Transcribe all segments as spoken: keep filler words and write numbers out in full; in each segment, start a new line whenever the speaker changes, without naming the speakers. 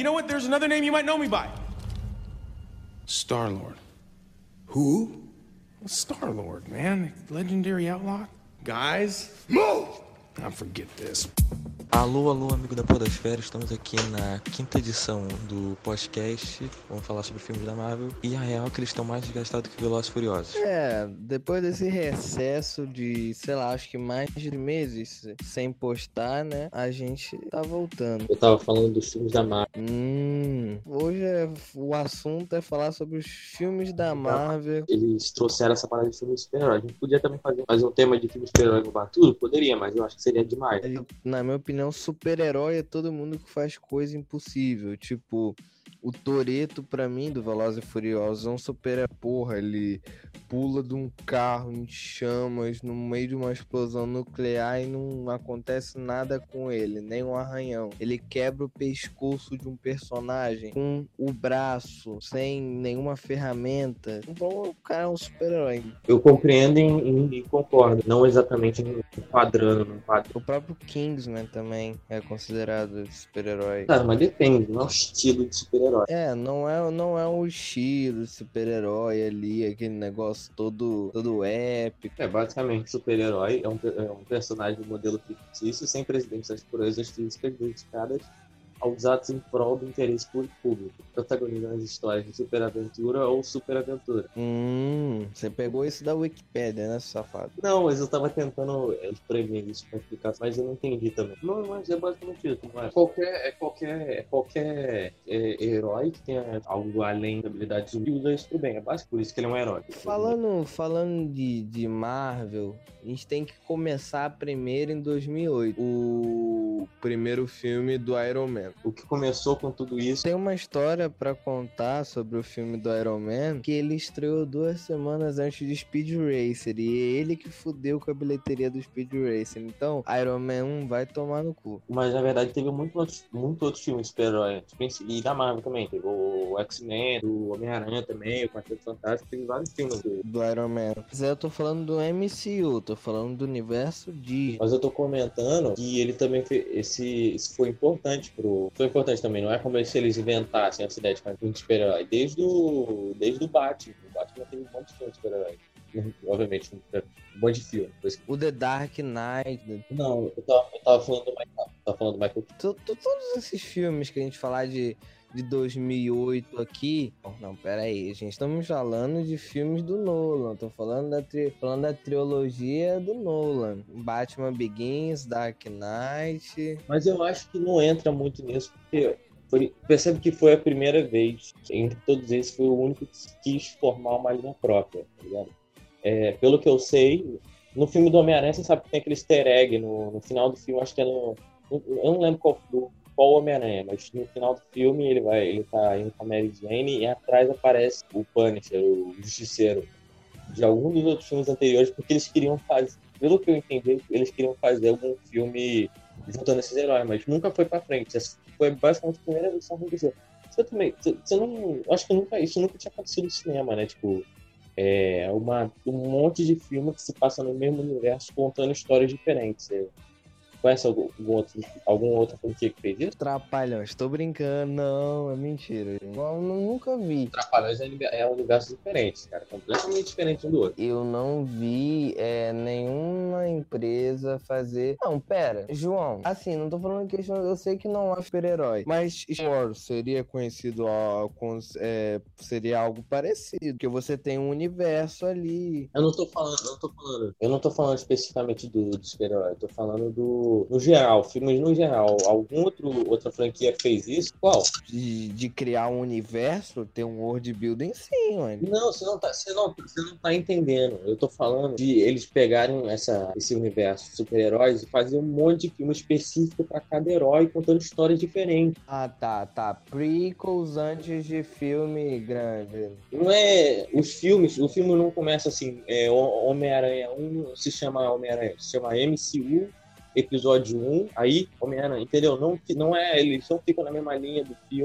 You know what? There's another name you might know me by. Star-Lord.
Who?
Star-Lord, man. Legendary outlaw. Guys, move! I forget this.
Alô, alô, amigo da Podosfera, estamos aqui na quinta edição do podcast. Vamos falar sobre filmes da Marvel. E a real é que eles estão mais desgastados que Velozes e Furiosos.
É, depois desse recesso de, sei lá, acho que mais de meses sem postar, né? A gente tá voltando.
Eu tava falando dos filmes da Marvel.
Hum, hoje é, o assunto é falar sobre os filmes da Marvel.
Eles trouxeram essa parada de filme de super-herói. A gente podia também fazer, fazer um tema de filme de super-herói no tudo? Poderia, mas eu acho que seria demais.
Na minha opinião, super-herói é todo mundo que faz coisa impossível. Tipo, o Toretto, pra mim, do Velozes e Furiosos, é um super-herói. Porra, ele pula de um carro em chamas no meio de uma explosão nuclear e não acontece nada com ele, nem um arranhão. Ele quebra o pescoço de um personagem com o braço, sem nenhuma ferramenta. Então, o cara é um super-herói.
Eu compreendo e, e concordo. Não exatamente enquadrando no quadro.
O próprio Kingsman também é considerado super-herói.
Cara, mas depende, não é o estilo de super-herói.
É, não é, não é o estilo de super-herói ali, aquele negócio todo, todo épico.
É, basicamente, super-herói é um, é um personagem de modelo fictício sem presidências proezas físicas dedicadas aos atos em prol do interesse público, protagonizando as histórias de superaventura ou superaventura.
Hum, você pegou isso da Wikipédia, né, safado?
Não, mas eu tava tentando espremer isso pra explicar, mas eu não entendi também. Não, mas é basicamente isso, não é? Qualquer, é qualquer, é qualquer é, herói que tenha algo além da habilidade zumbi usa isso pro bem, é básico, por isso que ele é um herói.
Falando, falando de, de Marvel, a gente tem que começar primeiro em dois mil e oito, o primeiro filme do Iron Man.
O que começou com tudo isso...
Tem uma história pra contar sobre o filme do Iron Man, que ele estreou duas semanas antes de Speed Racer, e é ele que fudeu com a bilheteria do Speed Racer. Então, Iron Man um vai tomar no cu.
Mas, na verdade, teve muito outros, muito outros filmes de super-herói, e da Marvel também. Teve o X-Men, o Homem-Aranha também, o Quarteto Fantástico, teve vários filmes do...
do Iron Man. Mas eu tô falando do M C U, tô falando do universo Disney.
Mas eu tô comentando que ele também fez, esse, isso foi importante pro... Foi importante também, não é como se eles inventassem essa ideia de fazer um super-herói. Desde o, desde o Batman. O Batman teve um monte de filmes de super-herói. Obviamente, um monte de filme.
O The Dark Knight.
Não, eu tava, eu tava falando do Michael. Tava falando do Michael.
T- t- Todos esses filmes que a gente falar de, de dois mil e oito aqui... Não, pera aí. Gente, estamos falando de filmes do Nolan. Tô falando da, tri, falando da trilogia do Nolan. Batman Begins, Dark Knight...
Mas eu acho que não entra muito nisso, porque... Foi, percebe que foi a primeira vez, entre todos esses, foi o único que quis formar uma linha própria, tá ligado? É, pelo que eu sei, no filme do Homem-Aranha, você sabe que tem aquele easter egg no, no final do filme, acho que é no... Eu não lembro qual, do, qual Homem-Aranha, mas no final do filme ele, vai, ele tá indo com a Mary Jane e atrás aparece o Punisher, o Justiceiro, de algum dos outros filmes anteriores, porque eles queriam fazer, pelo que eu entendi, eles queriam fazer algum filme juntando esses heróis, mas nunca foi pra frente. Essa foi basicamente a primeira vez que isso aconteceu. Você também, você não, acho que nunca, isso nunca tinha acontecido no cinema, né? Tipo, é uma, um monte de filme que se passa no mesmo universo contando histórias diferentes. Você conhece algum, algum outro, algum outro franquia que fez isso?
Trapalhões, estou brincando, não, é mentira. Eu nunca vi.
Trapalhões é, é um universo diferente, cara, completamente diferente um do outro.
Eu não vi é, nenhuma empresa fazer... Não, pera, João, assim, não tô falando que eu sei que não é super-herói, mas Star Wars seria conhecido, ó, com, é, seria algo parecido, porque você tem um universo ali.
Eu não tô falando, eu não tô falando, eu não tô falando especificamente do, do super-herói, eu tô falando do no geral, filmes no geral. Algum outro outra franquia fez isso? Qual?
De, de criar um universo, ter um world building, sim, mano.
Não, você não tá, você não, você não tá entendendo. Eu tô falando de eles pegarem essa, esse universo de super-heróis e fazer um monte de filme específico pra cada herói, contando histórias diferentes.
Ah, tá, tá. Prequels antes de filme grande.
Não é... Os filmes, o filme não começa assim, é, Homem-Aranha um se chama Homem-Aranha, se chama M C U episódio um, aí Homem-Aranha, entendeu? Não, não é, eles não ficam na mesma linha do filme,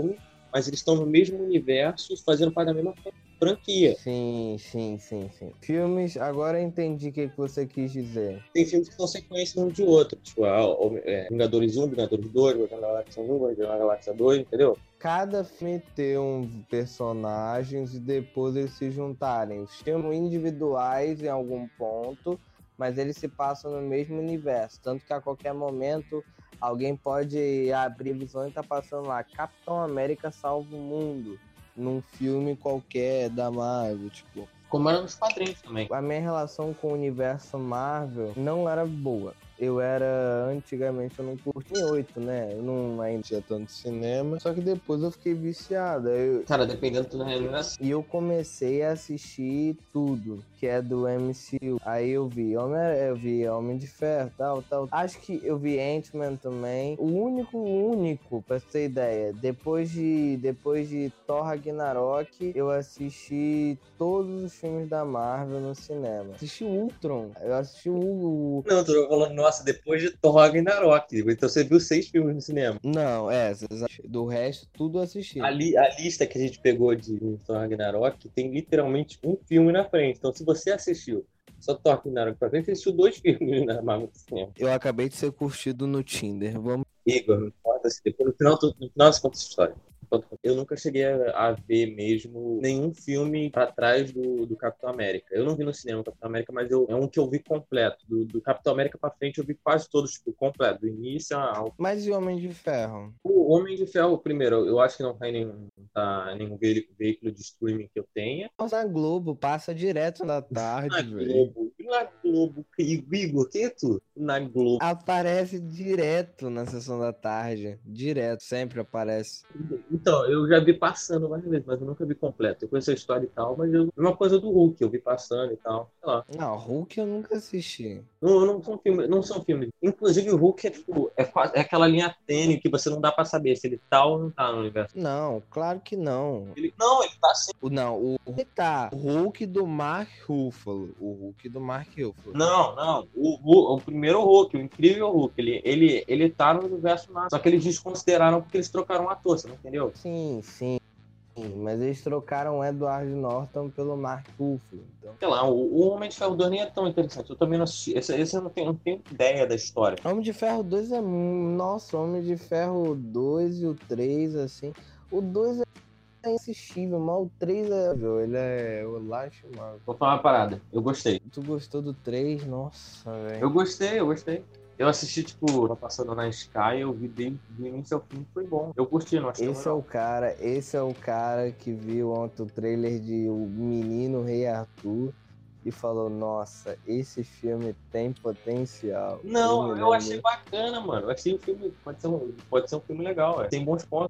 mas eles estão no mesmo universo fazendo parte da mesma franquia.
Sim, sim, sim, sim. Filmes, agora eu entendi o que que você quis dizer.
Tem filmes que são sequência um de outro, tipo a, a, é, Vingadores um, Vingadores dois, Guardiões da Galáxia um, Guardiões da Galáxia dois, entendeu?
Cada filme tem um personagens e depois eles se juntarem. Os filmes individuais em algum ponto, mas eles se passam no mesmo universo. Tanto que a qualquer momento alguém pode abrir visão e tá passando lá Capitão América salva o mundo num filme qualquer da Marvel, tipo.
Como era nos quadrinhos também.
A minha relação com o universo Marvel não era boa. Eu era, antigamente eu não curtia oito, né? Eu não ainda tinha tanto cinema. Só que depois eu fiquei viciado. Eu...
Cara, dependendo do negócio.
E eu comecei a assistir tudo, que é do M C U. Aí eu vi Homem, eu vi Homem de Ferro, tal, tal. Acho que eu vi Ant-Man também. O único, único, pra você ter ideia, depois de, depois de Thor Ragnarok, eu assisti todos os filmes da Marvel no cinema. Assisti o Ultron. Eu assisti o...
Não, tô falando, nossa, depois de Thor Ragnarok. Então você viu seis filmes no cinema.
Não, é, do resto, tudo eu assisti.
A, li, a lista que a gente pegou de Thor Ragnarok tem literalmente um filme na frente. Então se você assistiu só Thor Ragnarok pra frente, você assistiu dois filmes na Marvel no cinema.
Eu acabei de ser curtido no Tinder. Vamos...
Igor, não importa se depois no final, no final você conta essa história. Eu nunca cheguei a, a ver mesmo nenhum filme pra trás do, do Capitão América. Eu não vi no cinema o Capitão América, mas eu, é um que eu vi completo. Do, do Capitão América pra frente eu vi quase todos, tipo, completo. Do início ao...
Mas e o Homem de Ferro?
O Homem de Ferro, primeiro, eu acho que não tá em nenhum, tá em nenhum ve- veículo de streaming que eu tenha.
Na Globo, passa direto na tarde,
Na
velho.
Globo, na Globo, Igor, quem é tu? Na Globo.
Aparece direto na sessão da tarde. Direto, sempre aparece.
Então, eu já vi passando várias vezes, mas eu nunca vi completo. Eu conheço a história e tal, mas eu... Uma coisa do Hulk, eu vi passando e tal, sei lá.
Não, Hulk eu nunca assisti.
Não, não são filmes, não são filmes. Inclusive o Hulk é tipo, é, quase- é aquela linha tênue que você não dá pra saber se ele tá ou não tá no universo.
Não, claro que não.
Ele, não, ele tá sim.
O, não, o Hulk tá. O Hulk do Mark Ruffalo. O Hulk do Mark Ruffalo.
Não, não. O, o, o primeiro Hulk, o incrível Hulk, ele, ele, ele tá no universo Marvel. Só que eles desconsideraram porque eles trocaram um ator, você não entendeu?
Sim, sim. Mas eles trocaram o Edward Norton pelo Mark Ruffalo. Então...
Sei lá, o, o Homem de Ferro dois nem é tão interessante. Eu também não assisti. Esse, esse eu não tenho, não tenho ideia da história.
Homem de Ferro dois é... Nossa, Homem de Ferro dois e o três, assim... O dois é inassistível, mas o três é... Ele é... Eu lastimável.
Vou falar uma parada. Eu gostei.
Tu gostou do três? Nossa, velho.
Eu gostei, eu gostei. Eu assisti, tipo, tá passando na Sky, eu vi desde o início ao fim, foi bom. Eu curti, não achei
Esse é o cara, esse é o cara que viu ontem o trailer de O Menino Rei Arthur e falou, nossa, esse filme tem potencial.
Não,
me
eu
lembro-
achei bacana, mano. Eu achei o filme, pode ser um, pode ser um filme legal, é. Tem bons pontos.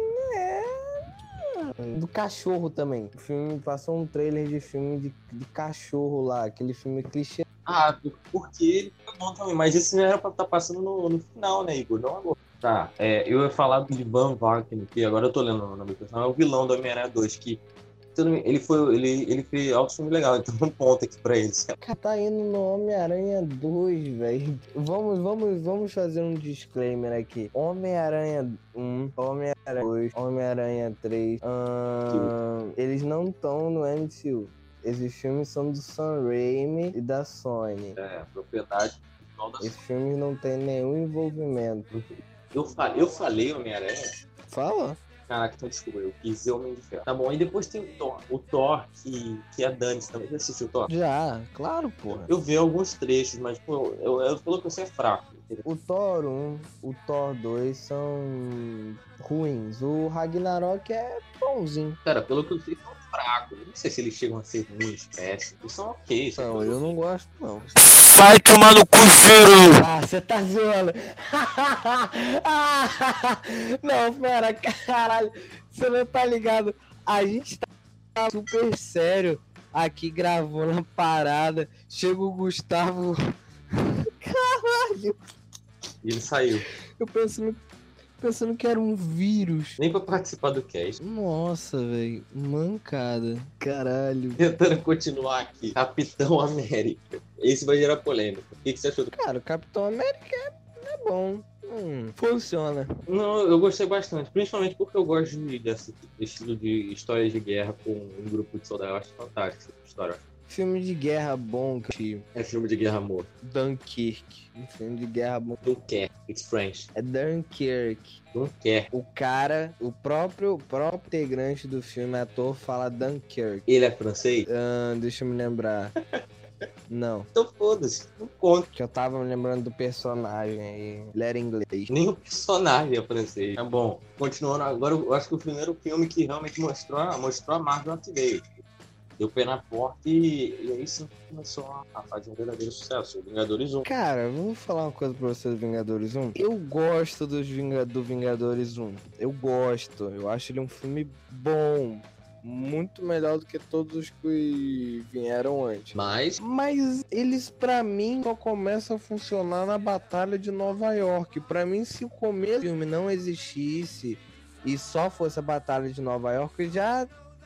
Do cachorro também. O filme passou um trailer de filme de, de cachorro lá, aquele filme clichê.
Ah, porque ele foi bom também, mas esse não era pra estar passando no, no final, né, Igor? Não agora. Tá, é, eu ia falar do Ivan Varkin, que agora eu tô lendo o nome do personagem, é o vilão do Homem-Aranha dois, que se eu não me- ele foi, ele, ele fez alto filme legal, então um ponto aqui pra eles.
Cara, tá indo no Homem-Aranha dois, velho. Vamos, vamos, vamos fazer um disclaimer aqui. Homem-Aranha um, Homem-Aranha dois, Homem-Aranha três. ahn, eles não estão no M C U. Esses filmes são do Sam Raimi e da Sony.
É, propriedade principal da
Esses filmes não tem nenhum envolvimento.
Eu falei, eu falei Homem-Aranha?
Fala.
Caraca, então desculpa, eu quis dizer Homem de Ferro. Tá bom, e depois tem o Thor. O Thor, que, que é Dani também. Já assistiu o Thor?
Já, claro, porra.
Eu vi alguns trechos, mas, pô, eu, eu falou que você é fraco. Entendeu?
O Thor um, o Thor dois são ruins. O Ragnarok é bonzinho.
Cara, pelo que eu sei, são fracos. Eu não sei se eles chegam a ser ruins, péssimos. Eles são ok. são
Não,
todos-
eu não gosto, não.
Vai tomar no cu, Ciro!
Ah, você tá zoando. Não, pera, caralho. Você não tá ligado. A gente tá super sério aqui gravando a parada. Chega o Gustavo. Caralho.
E ele saiu.
Eu pensando, pensando que era um vírus.
Nem pra participar do cast.
Nossa, velho. Mancada. Caralho.
Tentando continuar aqui. Capitão América. Esse vai gerar polêmica. O que, que você achou do
Cara, o Capitão América é, é bom. Hum, funciona.
Não, eu gostei bastante, principalmente porque eu gosto de, desse estilo de histórias de guerra com um grupo de soldados. Eu acho fantástico essa história.
Filme de guerra bom, que
É filme de guerra amor.
Dunkirk. Um filme de guerra bom.
Dunkerque, it's French.
É Dunkirk.
Dunkerque.
O cara, o próprio, o próprio integrante do filme, ator, fala Dunkirk.
Ele é francês?
Ah, deixa eu me lembrar. Não,
Então foda-se, não conta.
que eu tava me lembrando do personagem aí. Ele era inglês.
Nem o personagem é francês. É bom. Continuando, agora eu acho que o primeiro filme que realmente mostrou, mostrou a Marvel que veio. Deu pé na porta e, e aí sim começou a fazer um verdadeiro sucesso. O Vingadores um.
Cara, eu vou falar uma coisa pra vocês do Vingadores um. Eu gosto dos Vinga- do Vingadores um. Eu gosto. Eu acho ele um filme bom. Muito melhor do que todos os que vieram antes.
Mas,
Mas eles, pra mim, só começam a funcionar na Batalha de Nova York. Pra mim, se o começo do filme não existisse e só fosse a Batalha de Nova York, já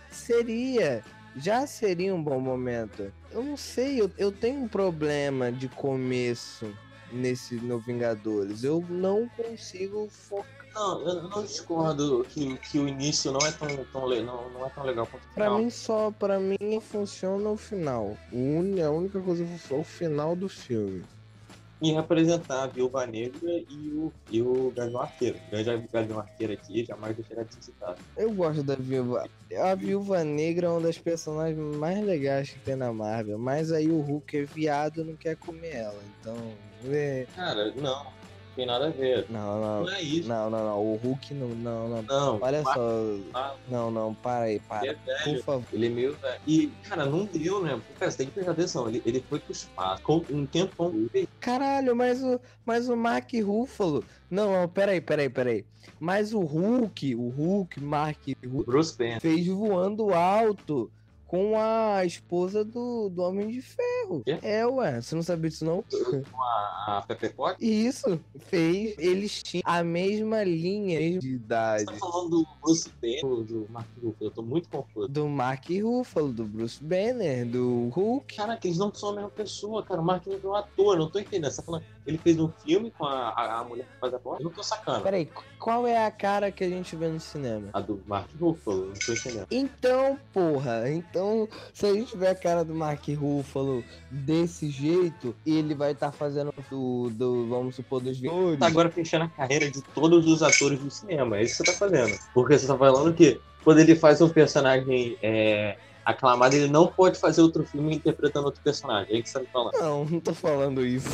seria... Já seria um bom momento. Eu não sei, eu, eu tenho um problema de começo nesse no Vingadores. Eu não consigo focar.
não, eu não discordo que, que o início não é tão, tão, le- não, não é tão legal quanto o
Pra
final.
mim só, para mim funciona o final. O uni- a única coisa que funciona é o final do filme.
E representar a Viúva Negra e o, e o Gavião Arqueiro. O grande Gavião Arqueiro aqui jamais deixará de ser citado.
Eu gosto da Viúva. A Viúva Negra é uma das personagens mais legais que tem na Marvel. Mas aí o Hulk é viado e não quer comer ela. Então. É...
Cara, não, não tem nada a ver.
Não, não.
Não é isso.
Não, não, não. O Hulk não. Não, não.
Não,
Olha
o Mark
só.
fala,
Não, não. Para aí,
ele
para.
é velho.
Por favor.
Ele é meio velho. E, cara, não deu, né? Porque, cara, você tem que prestar atenção. Ele, ele foi pro espaço com um tempão.
Caralho, mas o, mas o Mark Ruffalo. Não, não, peraí, peraí, peraí. Mas o Hulk, o Hulk, Mark Ruffalo,
Bruce Banner.
fez voando alto com a esposa do, do Homem de Ferro.
Quê?
É, ué, você não sabia disso não?
A, a Pepe Pot?
Isso, fez. Eles tinham a mesma linha de
Você
idade.
tá falando do Bruce Banner ou do Mark Ruffalo? Eu tô muito confuso.
Do Mark Ruffalo, do Bruce Banner, do Hulk.
Caraca, eles não são a mesma pessoa, cara. O Mark Ruffalo é um ator, eu não tô entendendo. Você tá falando, ele fez um filme com a, a, a mulher que faz a voz? Eu não tô sacando.
Peraí, qual é a cara que a gente vê no cinema?
A do Mark Ruffalo, não tô entendendo.
Então, porra, então se a gente ver a cara do Mark Ruffalo desse jeito, ele vai estar fazendo do, do, vamos supor, dos Vingadores.
Tá agora fechando a carreira de todos os atores do cinema, é isso que você tá fazendo. Porque você tá falando que quando ele faz um personagem é, aclamado, ele não pode fazer outro filme interpretando outro personagem. É isso que você tá falando.
Não, não tô falando isso.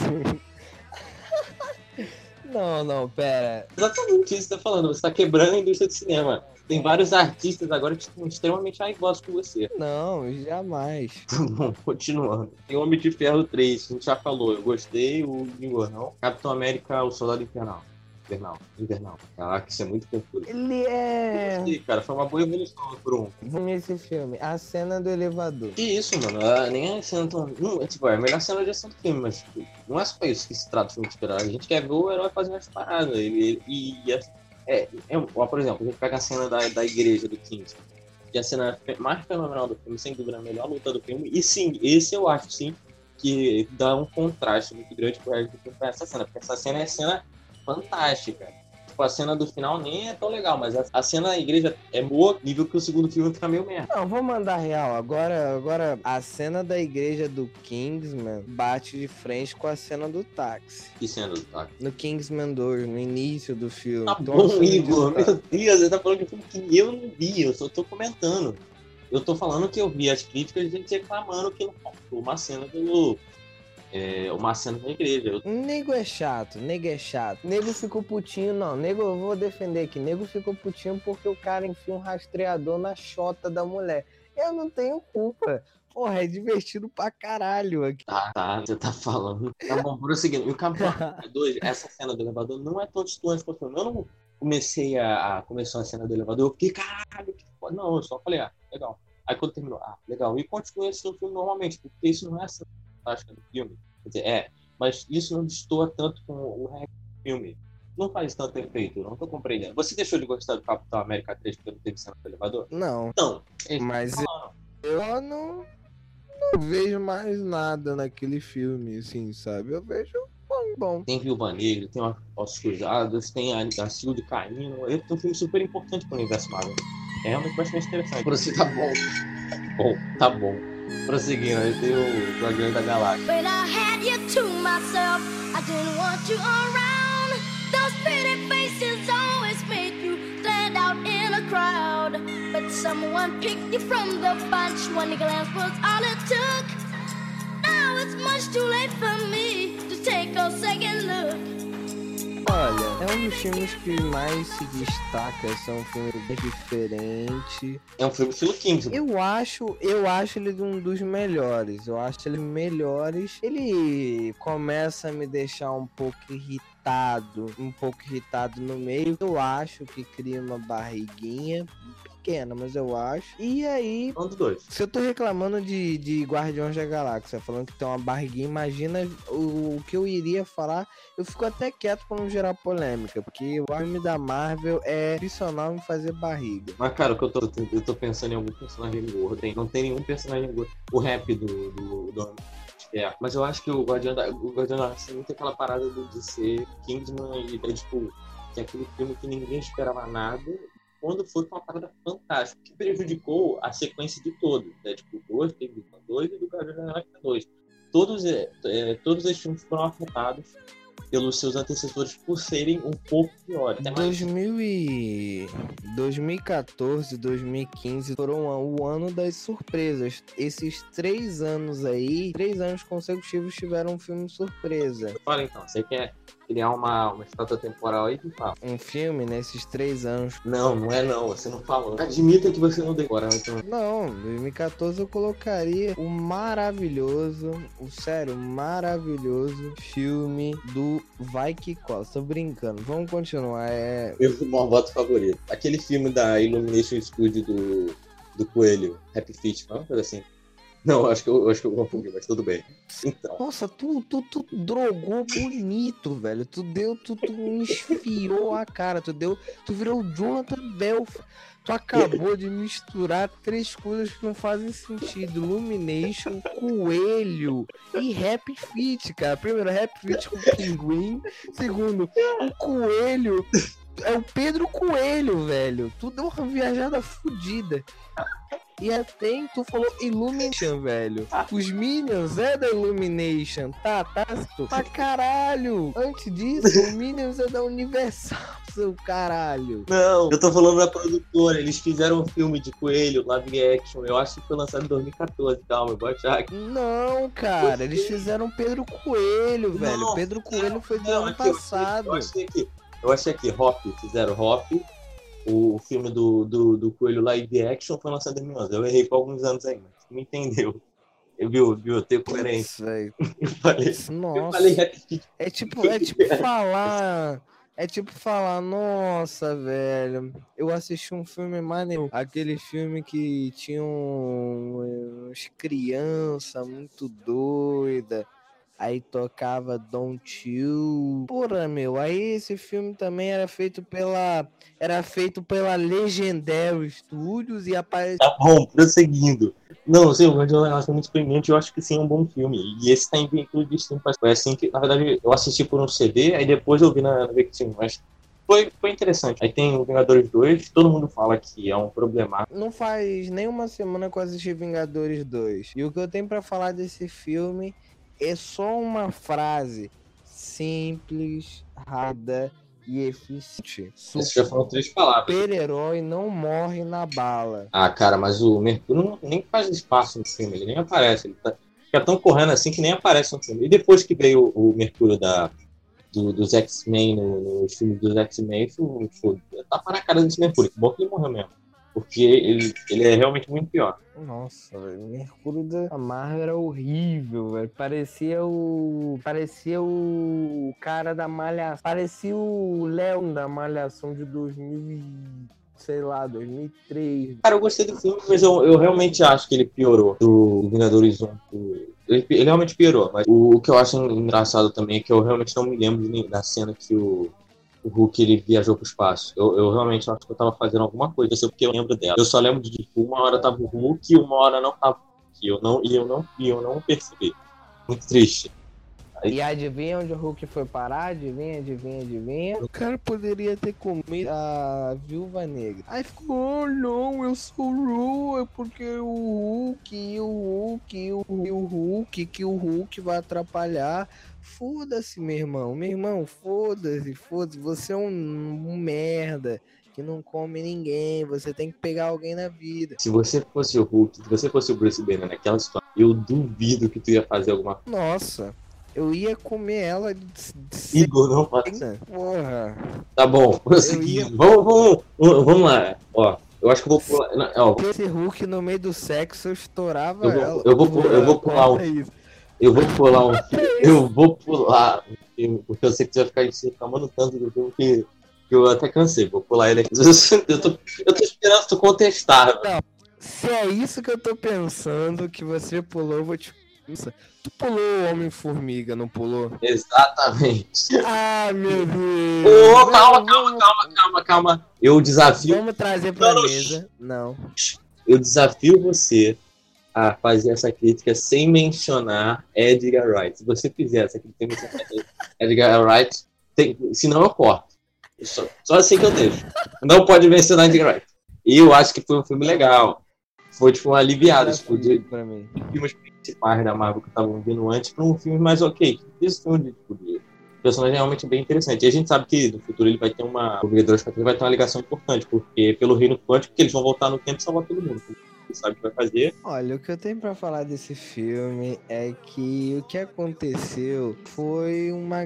Não, não, pera.
Exatamente isso que você tá falando. Você tá quebrando a indústria do cinema. Tem vários artistas agora que estão extremamente raivosos com você.
Não, jamais.
Bom, continuando. Tem Homem de Ferro três, a gente já falou. Eu gostei, o Igor não. Capitão América, o Soldado Invernal. Invernal. Invernal. Caraca, isso é muito confuso.
Ele é...
Gostei, cara. Foi uma boa evolução por um.
Vamos ver esse filme. A cena do elevador.
Que isso, mano? Ah, nem é cena tão. Não, é, tipo, é a melhor cena de ação do filme, mas tipo, não é só isso que se trata do filme de super-herói. A gente quer ver o herói fazendo as paradas. Ele, ele, e, e é, é, é, ó, por exemplo, a gente pega a cena da, da igreja do Kingsman. Que é a cena mais fenomenal do filme, sem dúvida, a melhor luta do filme. E sim, esse eu acho, sim, que dá um contraste muito grande pro resto do filme pra essa cena. Porque essa cena é cena fantástica. Tipo, a cena do final nem é tão legal, mas a, a cena da igreja é boa, nível que o segundo filme fica meio merda.
Não, vou mandar real. Agora, agora a cena da igreja do Kingsman bate de frente com a cena do táxi.
Que cena do táxi?
No Kingsman dois, no início do filme.
Tá
Então,
bom,
a cena de
Igor.
táxi-
Meu Deus, você tá falando de filme que eu não vi, eu só tô comentando. Eu tô falando que eu vi as críticas de gente reclamando que não faltou uma cena do. É, uma cena da igreja. Eu-
Nego é chato, nego é chato. Nego ficou putinho, não. Nego, eu vou defender aqui. Nego ficou putinho porque o cara enfia um rastreador na chota da mulher. Eu não tenho culpa. Porra, é divertido pra caralho aqui.
Tá, tá, você tá falando. Tá bom, por o seguinte, o Capitão dois, essa cena do elevador não é tão distante quanto o filme. Eu não comecei a, a começar a cena do elevador, eu fiquei, caralho, que foda. Não, eu só falei, ah, legal. Aí quando terminou, ah, legal. E continuei assistindo o filme normalmente, porque isso não é a cena fantástica do filme. Quer dizer, é, mas isso não destoa tanto com o resto do filme. Não faz tanto efeito, eu não tô compreendendo. Você deixou de gostar do Capitão América três porque não teve cena do elevador?
Não,
Não. é isso
mas
que eu tô falando.
eu não, não vejo mais nada naquele filme, assim, sabe? Eu vejo bom.
Tem Viúva Negra, tem Ossos Cruzados, tem a, a Shield caindo. Ele tem um filme super importante pro universo Marvel. É realmente bastante interessante. Prosseguir, tá bom. Bom, tá bom. Prosseguindo, aí tem o Guardiões da Galáxia.
When I had you to myself, I didn't want you around. Those pretty faces always make you stand out in a crowd. But someone picked you from the bunch. One glance was all it took. Now it's much too late for me to take a second look.
Olha, é um dos filmes que mais se destaca, são um filme bem diferente.
É um filme estilo Kingsman.
Eu acho, eu acho ele um dos melhores. Eu acho ele melhores. Ele começa a me deixar um pouco irritado, um pouco irritado no meio. Eu acho que cria uma barriguinha pequena, mas eu acho. E aí,
Um dos dois.
se eu tô reclamando de, de Guardiões da Galáxia, falando que tem uma barriguinha, imagina o, o que eu iria falar. Eu fico até quieto pra não gerar polêmica, porque o filme da Marvel é profissional em fazer barriga.
Mas, cara, o que eu tô, eu tô pensando em algum personagem gordo. Tem, não tem nenhum personagem gordo. O rap do... do, do é, mas eu acho que o Guardião da o Guardião da Galáxia tem muito aquela parada de, de ser Kingsman e Deadpool, que é aquele filme que ninguém esperava nada. Quando foi uma parada fantástica, que prejudicou a sequência de todos. Deadpool dois, Kingsman dois e do Guardião da Galáxia dois. Todos, é, é, todos esses filmes foram afetados pelos seus antecessores por serem um pouco piores. Até mais-
dois mil e... dois mil e quatorze, dois mil e quinze foram o ano das surpresas. Esses três anos aí, três anos consecutivos tiveram um filme surpresa.
Fala então, você quer criar uma, uma estátua temporal aí que fala?
Um filme nesses três anos.
Não, não é não, você não falou. Admita que você não decora. Então...
Não, dois mil e quatorze eu colocaria o maravilhoso, o sério, maravilhoso filme do Vai Que Cola. Tô brincando, vamos continuar. É...
Meu voto favorito. Aquele filme da Illumination Studio do, do Coelho, Happy Feet, uma coisa assim. Não, acho que eu, acho que eu confundi, mas tudo bem. Então,
Nossa, tu, tu, tu drogou bonito, velho. Tu deu, tu, tu esfiou a cara, tu deu, tu virou o Jonathan Belf. Tu acabou de misturar três coisas que não fazem sentido: Illumination, Coelho e Happy Feet, cara. Primeiro, Happy Feet com o Pinguim. Segundo, o Coelho é o Pedro Coelho, velho. Tu deu uma viajada fodida. E até tu falou Illumination, velho. Os Minions é da Illumination, tá? Tácito? Pra caralho. Antes disso, o Minions é da Universal, seu caralho.
não, eu tô falando da produtora. Eles fizeram um filme de Coelho, live action. Eu acho que foi lançado em dois mil e quatorze, calma, eu vou achar aqui.
Não, cara, eles fizeram Pedro Coelho, velho.
Não,
Pedro Coelho foi do
Não,
ano
aqui, eu achei-
passado.
Eu achei aqui. Eu achei aqui, Hop, fizeram Hop. O filme do, do, do Coelho live action foi lançado em dois mil e onze. Eu errei por alguns anos aí, mas você me entendeu. Eu viu, viu, eu tenho coerência.
Putz, velho.
Eu falei, eu
Nossa.
falei Happy
É tipo, é tipo falar. É tipo falar, nossa, velho, eu assisti um filme maneiro. Aquele filme que tinha um, umas crianças muito doida. Aí tocava Don't You. Porra, meu, aí esse filme também era feito pela. Era feito pela Legendary Studios e apareceu.
Tá bom, prosseguindo. Não, sei, o Guardião da Galáxia é muito experimente, eu acho que sim, é um bom filme. E esse tá em veículo distinto. Foi assim que, na verdade, eu assisti por um C D, aí depois eu vi na, na Victim, mas foi, foi interessante. Aí tem o Vingadores dois, todo mundo fala que é um problema.
Não faz nem uma semana que eu assisti Vingadores dois. E o que eu tenho pra falar desse filme é só uma frase simples, rápida e eficiente.
Esses já foram três palavras.
Super-herói não morre na bala.
Ah, cara, mas o Mercúrio não, nem faz espaço no filme, ele nem aparece. Ele tá, fica tão correndo assim que nem aparece no filme. E depois que veio o, o Mercúrio da, do, dos X-Men, no, nos filmes dos X-Men, foi, foi tapa na cara desse Mercúrio. Que bom que ele morreu mesmo. Porque ele, ele é realmente muito pior.
Nossa, velho, Mercúrio da Marvel era horrível, velho. Parecia o. Parecia o cara da Malhação. Parecia o Léo da Malhação de dois mil e. Sei lá, dois mil e três.
Cara, eu gostei do filme, mas eu, eu realmente acho que ele piorou do Vingadores um. Ele, ele realmente piorou, mas o, o que eu acho engraçado também é que eu realmente não me lembro de, da cena que o, o Hulk ele viajou pro espaço. Eu, eu realmente acho que eu tava fazendo alguma coisa, assim, porque eu lembro dela. Eu só lembro de, tipo, uma hora tava o Hulk e uma hora não tava o Hulk. Eu não, e eu não, e eu não percebi. Muito triste. Aí-
E adivinha onde o Hulk foi parar? Adivinha, adivinha, adivinha? O cara poderia ter comido a Viúva Negra. Aí ficou, oh não, eu sou o Ru, é porque o Hulk, e o Hulk, e o, e o Hulk, que o Hulk vai atrapalhar. Foda-se, meu irmão, meu irmão, foda-se, foda-se, você é um, um merda que não come ninguém, você tem que pegar alguém na vida.
Se você fosse o Hulk, se você fosse o Bruce Banner naquela situação, eu duvido que tu ia fazer alguma coisa.
Nossa, eu ia comer ela de, de
Igor, não faz.
cena. Porra.
Tá bom,
Eu
consegui.
ia-
Vamos, vamos, vamos, vamos lá. Ó, eu acho que eu vou pular. Não, ó,
Esse Hulk no meio do sexo eu estourava
Eu vou-
ela.
eu vou pu- eu vou pular
Corta
um-
isso.
eu vou pular um filme. Eu vou pular um filme, porque eu sei que tu vai ficar se reclamando tanto do filme que, que eu até cansei. Vou pular ele aqui. Eu tô, eu tô esperando tu contestar.
Se é isso que eu tô pensando que você pulou, eu vou te. Nossa, tu pulou o Homem-Formiga, não pulou?
Exatamente.
Ah, meu Deus!
Ô,
Não,
calma,
vamos-
calma, calma, calma. Eu desafio,
Vamos trazer pra
Não, não.
mesa. Não.
eu desafio você a fazer essa crítica sem mencionar Edgar Wright. Se você fizer essa crítica sem mencionar Edgar Wright, tem, senão eu corto. Só, só assim que eu deixo. Não pode mencionar Edgar Wright. E eu acho que foi um filme legal. Foi tipo um aliviado tipo, de,
pra mim.
de filmes principais da Marvel que estavam vindo antes para um filme mais ok. Esse filme de, tipo, de personagem realmente bem interessante. E a gente sabe que no futuro ele vai ter uma. O Vingadores quatro vai ter uma ligação importante, porque pelo reino quântico que eles vão voltar no tempo e salvar todo mundo. Ele sabe o que vai fazer.
Olha, o que eu tenho pra falar desse filme é que o que aconteceu foi uma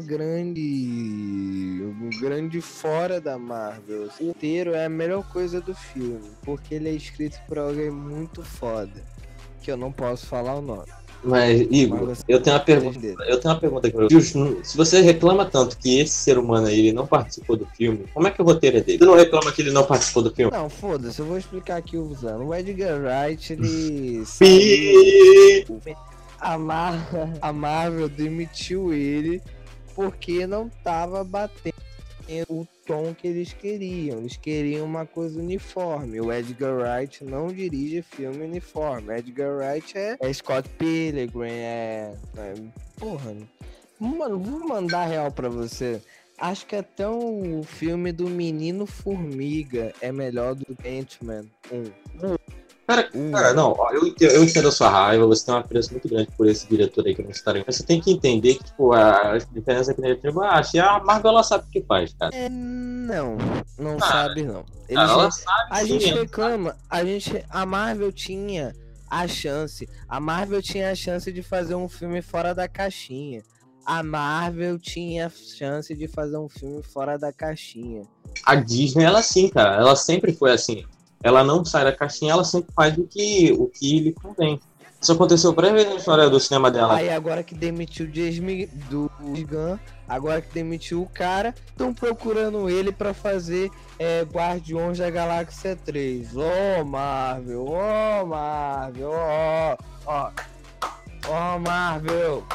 grande. um grande fora da Marvel. O inteiro é a melhor coisa do filme, porque ele é escrito por alguém muito foda, que eu não posso falar o nome.
Mas, Igor,
Mas você
eu tenho uma pergunta.
entendeu.
Eu tenho uma pergunta aqui pra você. Se você reclama tanto que esse ser humano aí ele não participou do filme, como é que o roteiro é dele? Você não reclama que ele não participou do filme?
Não, foda-se, eu vou explicar aqui usando. O Edgar Wright, ele.
Pi-
saiu- A, Mar... a Marvel demitiu ele porque não tava batendo o tom que eles queriam. Eles queriam uma coisa uniforme. O Edgar Wright não dirige filme uniforme. Edgar Wright é, é Scott Pilgrim, é... é... Porra, mano, vou mandar real pra você. Acho que até o filme do Menino Formiga é melhor do que Ant-Man um.
Cara,
Um.
cara, não, ó, eu entendo, eu entendo a sua raiva, você tem uma apreço muito grande por esse diretor aí que não estarei. Mas você tem que entender que, tipo, a diferença é que ele tipo, ah, se a Marvel ela sabe o que faz, cara.
É, não, não
Ah,
sabe não. Eles
Cara, ela sabe
A
sim,
gente
ela
reclama, a gente, a Marvel tinha a chance, a Marvel tinha a chance de fazer um filme fora da caixinha. A Marvel tinha a chance de fazer um filme fora da caixinha.
A Disney, ela sim, cara, ela sempre foi assim. Ela não sai da caixinha, ela sempre faz o que, o que lhe convém. Isso aconteceu várias vezes na história do cinema dela.
Aí agora que demitiu o James Mi- do Gunn, agora que demitiu o cara, estão procurando ele pra fazer é, Guardiões da Galáxia três. Ô Marvel, ô Marvel, ó, ó, ó Marvel.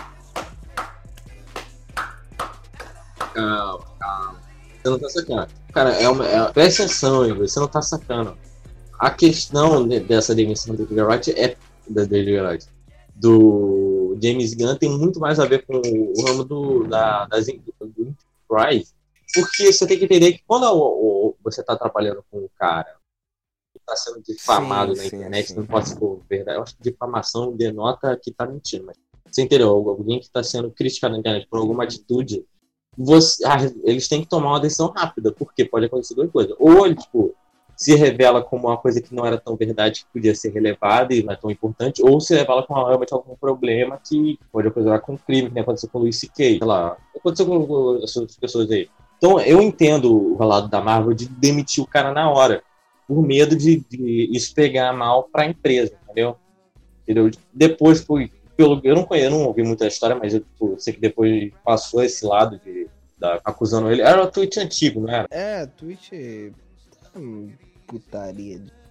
Calma, calma. Você não tá sacando. Cara, é uma, é, presta atenção, Igor, você não tá sacando. A questão de- dessa demissão do Edgar Wright é da do Edgar Wright, do James Gunn tem muito mais a ver com o ramo do, da, das, do Enterprise, porque você tem que entender que quando o, o, você tá trabalhando com um cara que tá sendo difamado
Sim,
na
sim,
internet,
sim.
não pode ser verdade. Eu acho que difamação denota que tá mentindo, mas você entendeu? Alguém que tá sendo criticado na internet por alguma atitude, você, ah, eles têm que tomar uma decisão rápida, porque pode acontecer duas coisas. Ou ele, tipo, se revela como uma coisa que não era tão verdade, que podia ser relevada e não é tão importante, ou se revela como realmente algum problema que pode acontecer com um crime, que nem aconteceu com o Louis C K, sei lá, aconteceu com, com as outras pessoas aí. Então, eu entendo o lado da Marvel de demitir o cara na hora, por medo de, de isso pegar mal pra empresa, entendeu? entendeu? Depois, foi, pelo, eu não conheço, eu não ouvi muita história, mas eu tipo, sei que depois passou esse lado de da, acusando ele. Era um tweet antigo, não era?
É, Twitch. hum, Putaria.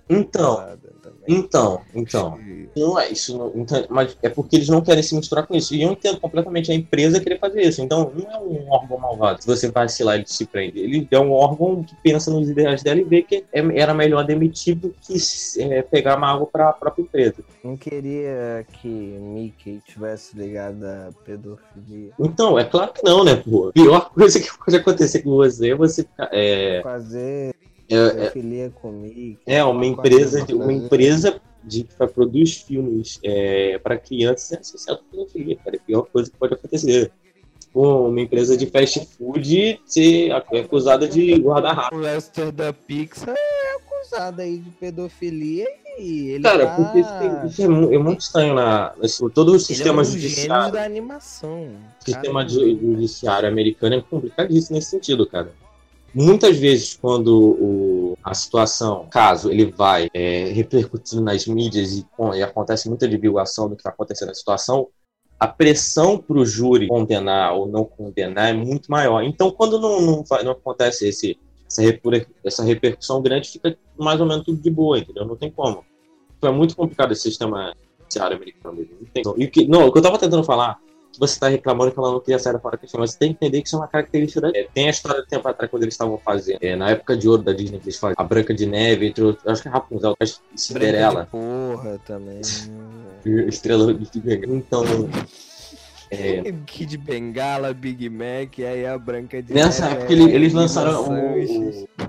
Então,
também.
então, então. Não é isso, não, então, mas é porque eles não querem se misturar com isso. E eu entendo completamente a empresa querer fazer isso. Então, não é um órgão malvado. Se você vacilar, ele se prende. Ele é um órgão que pensa nos ideais dela e vê que é, era melhor demitir do que é, pegar uma água para a própria empresa.
Não queria que Mickey tivesse ligado à pedofilia.
Então, é claro que não, né, pô? A pior coisa que pode acontecer com você é você ficar. É,
Fazer
é,
pedofilia com Mickey.
é uma empresa, de, uma empresa de, que produz filmes é, para crianças é associada à pedofilia, cara. É a pior coisa que pode acontecer. Pô, uma empresa de fast food ser acusada de guarda-rato.
O Lester da Pixar é acusado aí de pedofilia e ele
Cara,
tá...
porque isso, tem, isso é, mu- é muito estranho na, nesse, todo o sistema
ele é um dos gênios
judiciário.
da animação.
O sistema
Cara,
ju- judiciário americano é complicadíssimo nesse sentido, cara. Muitas vezes, quando o, a situação, caso ele vai é, repercutindo nas mídias e, e acontece muita divulgação do que está acontecendo na situação, a pressão para o júri condenar ou não condenar é muito maior. Então, quando não, não, vai- não acontece esse, essa, reper- essa repercussão grande, fica mais ou menos tudo de boa, entendeu? Não tem como. Então, é muito complicado esse sistema judiciário americano. Não tem como. E o que, não, o que eu estava tentando falar, que você está reclamando que ela não queria sair da fora da questão, mas você tem que entender que isso é uma característica da... É, tem a história do tempo atrás, quando eles estavam fazendo, é, na época de ouro da Disney, que eles faziam a Branca de Neve, entre outros, acho que é Rapunzel, acho que Cinderela.
Porra, também.
Estrela de Bengala. Então, é,
Kid Bengala, Big Mac, e aí a Branca de
nessa
Neve,
época ele- eles
Lila
lançaram o,
Sanches.
o-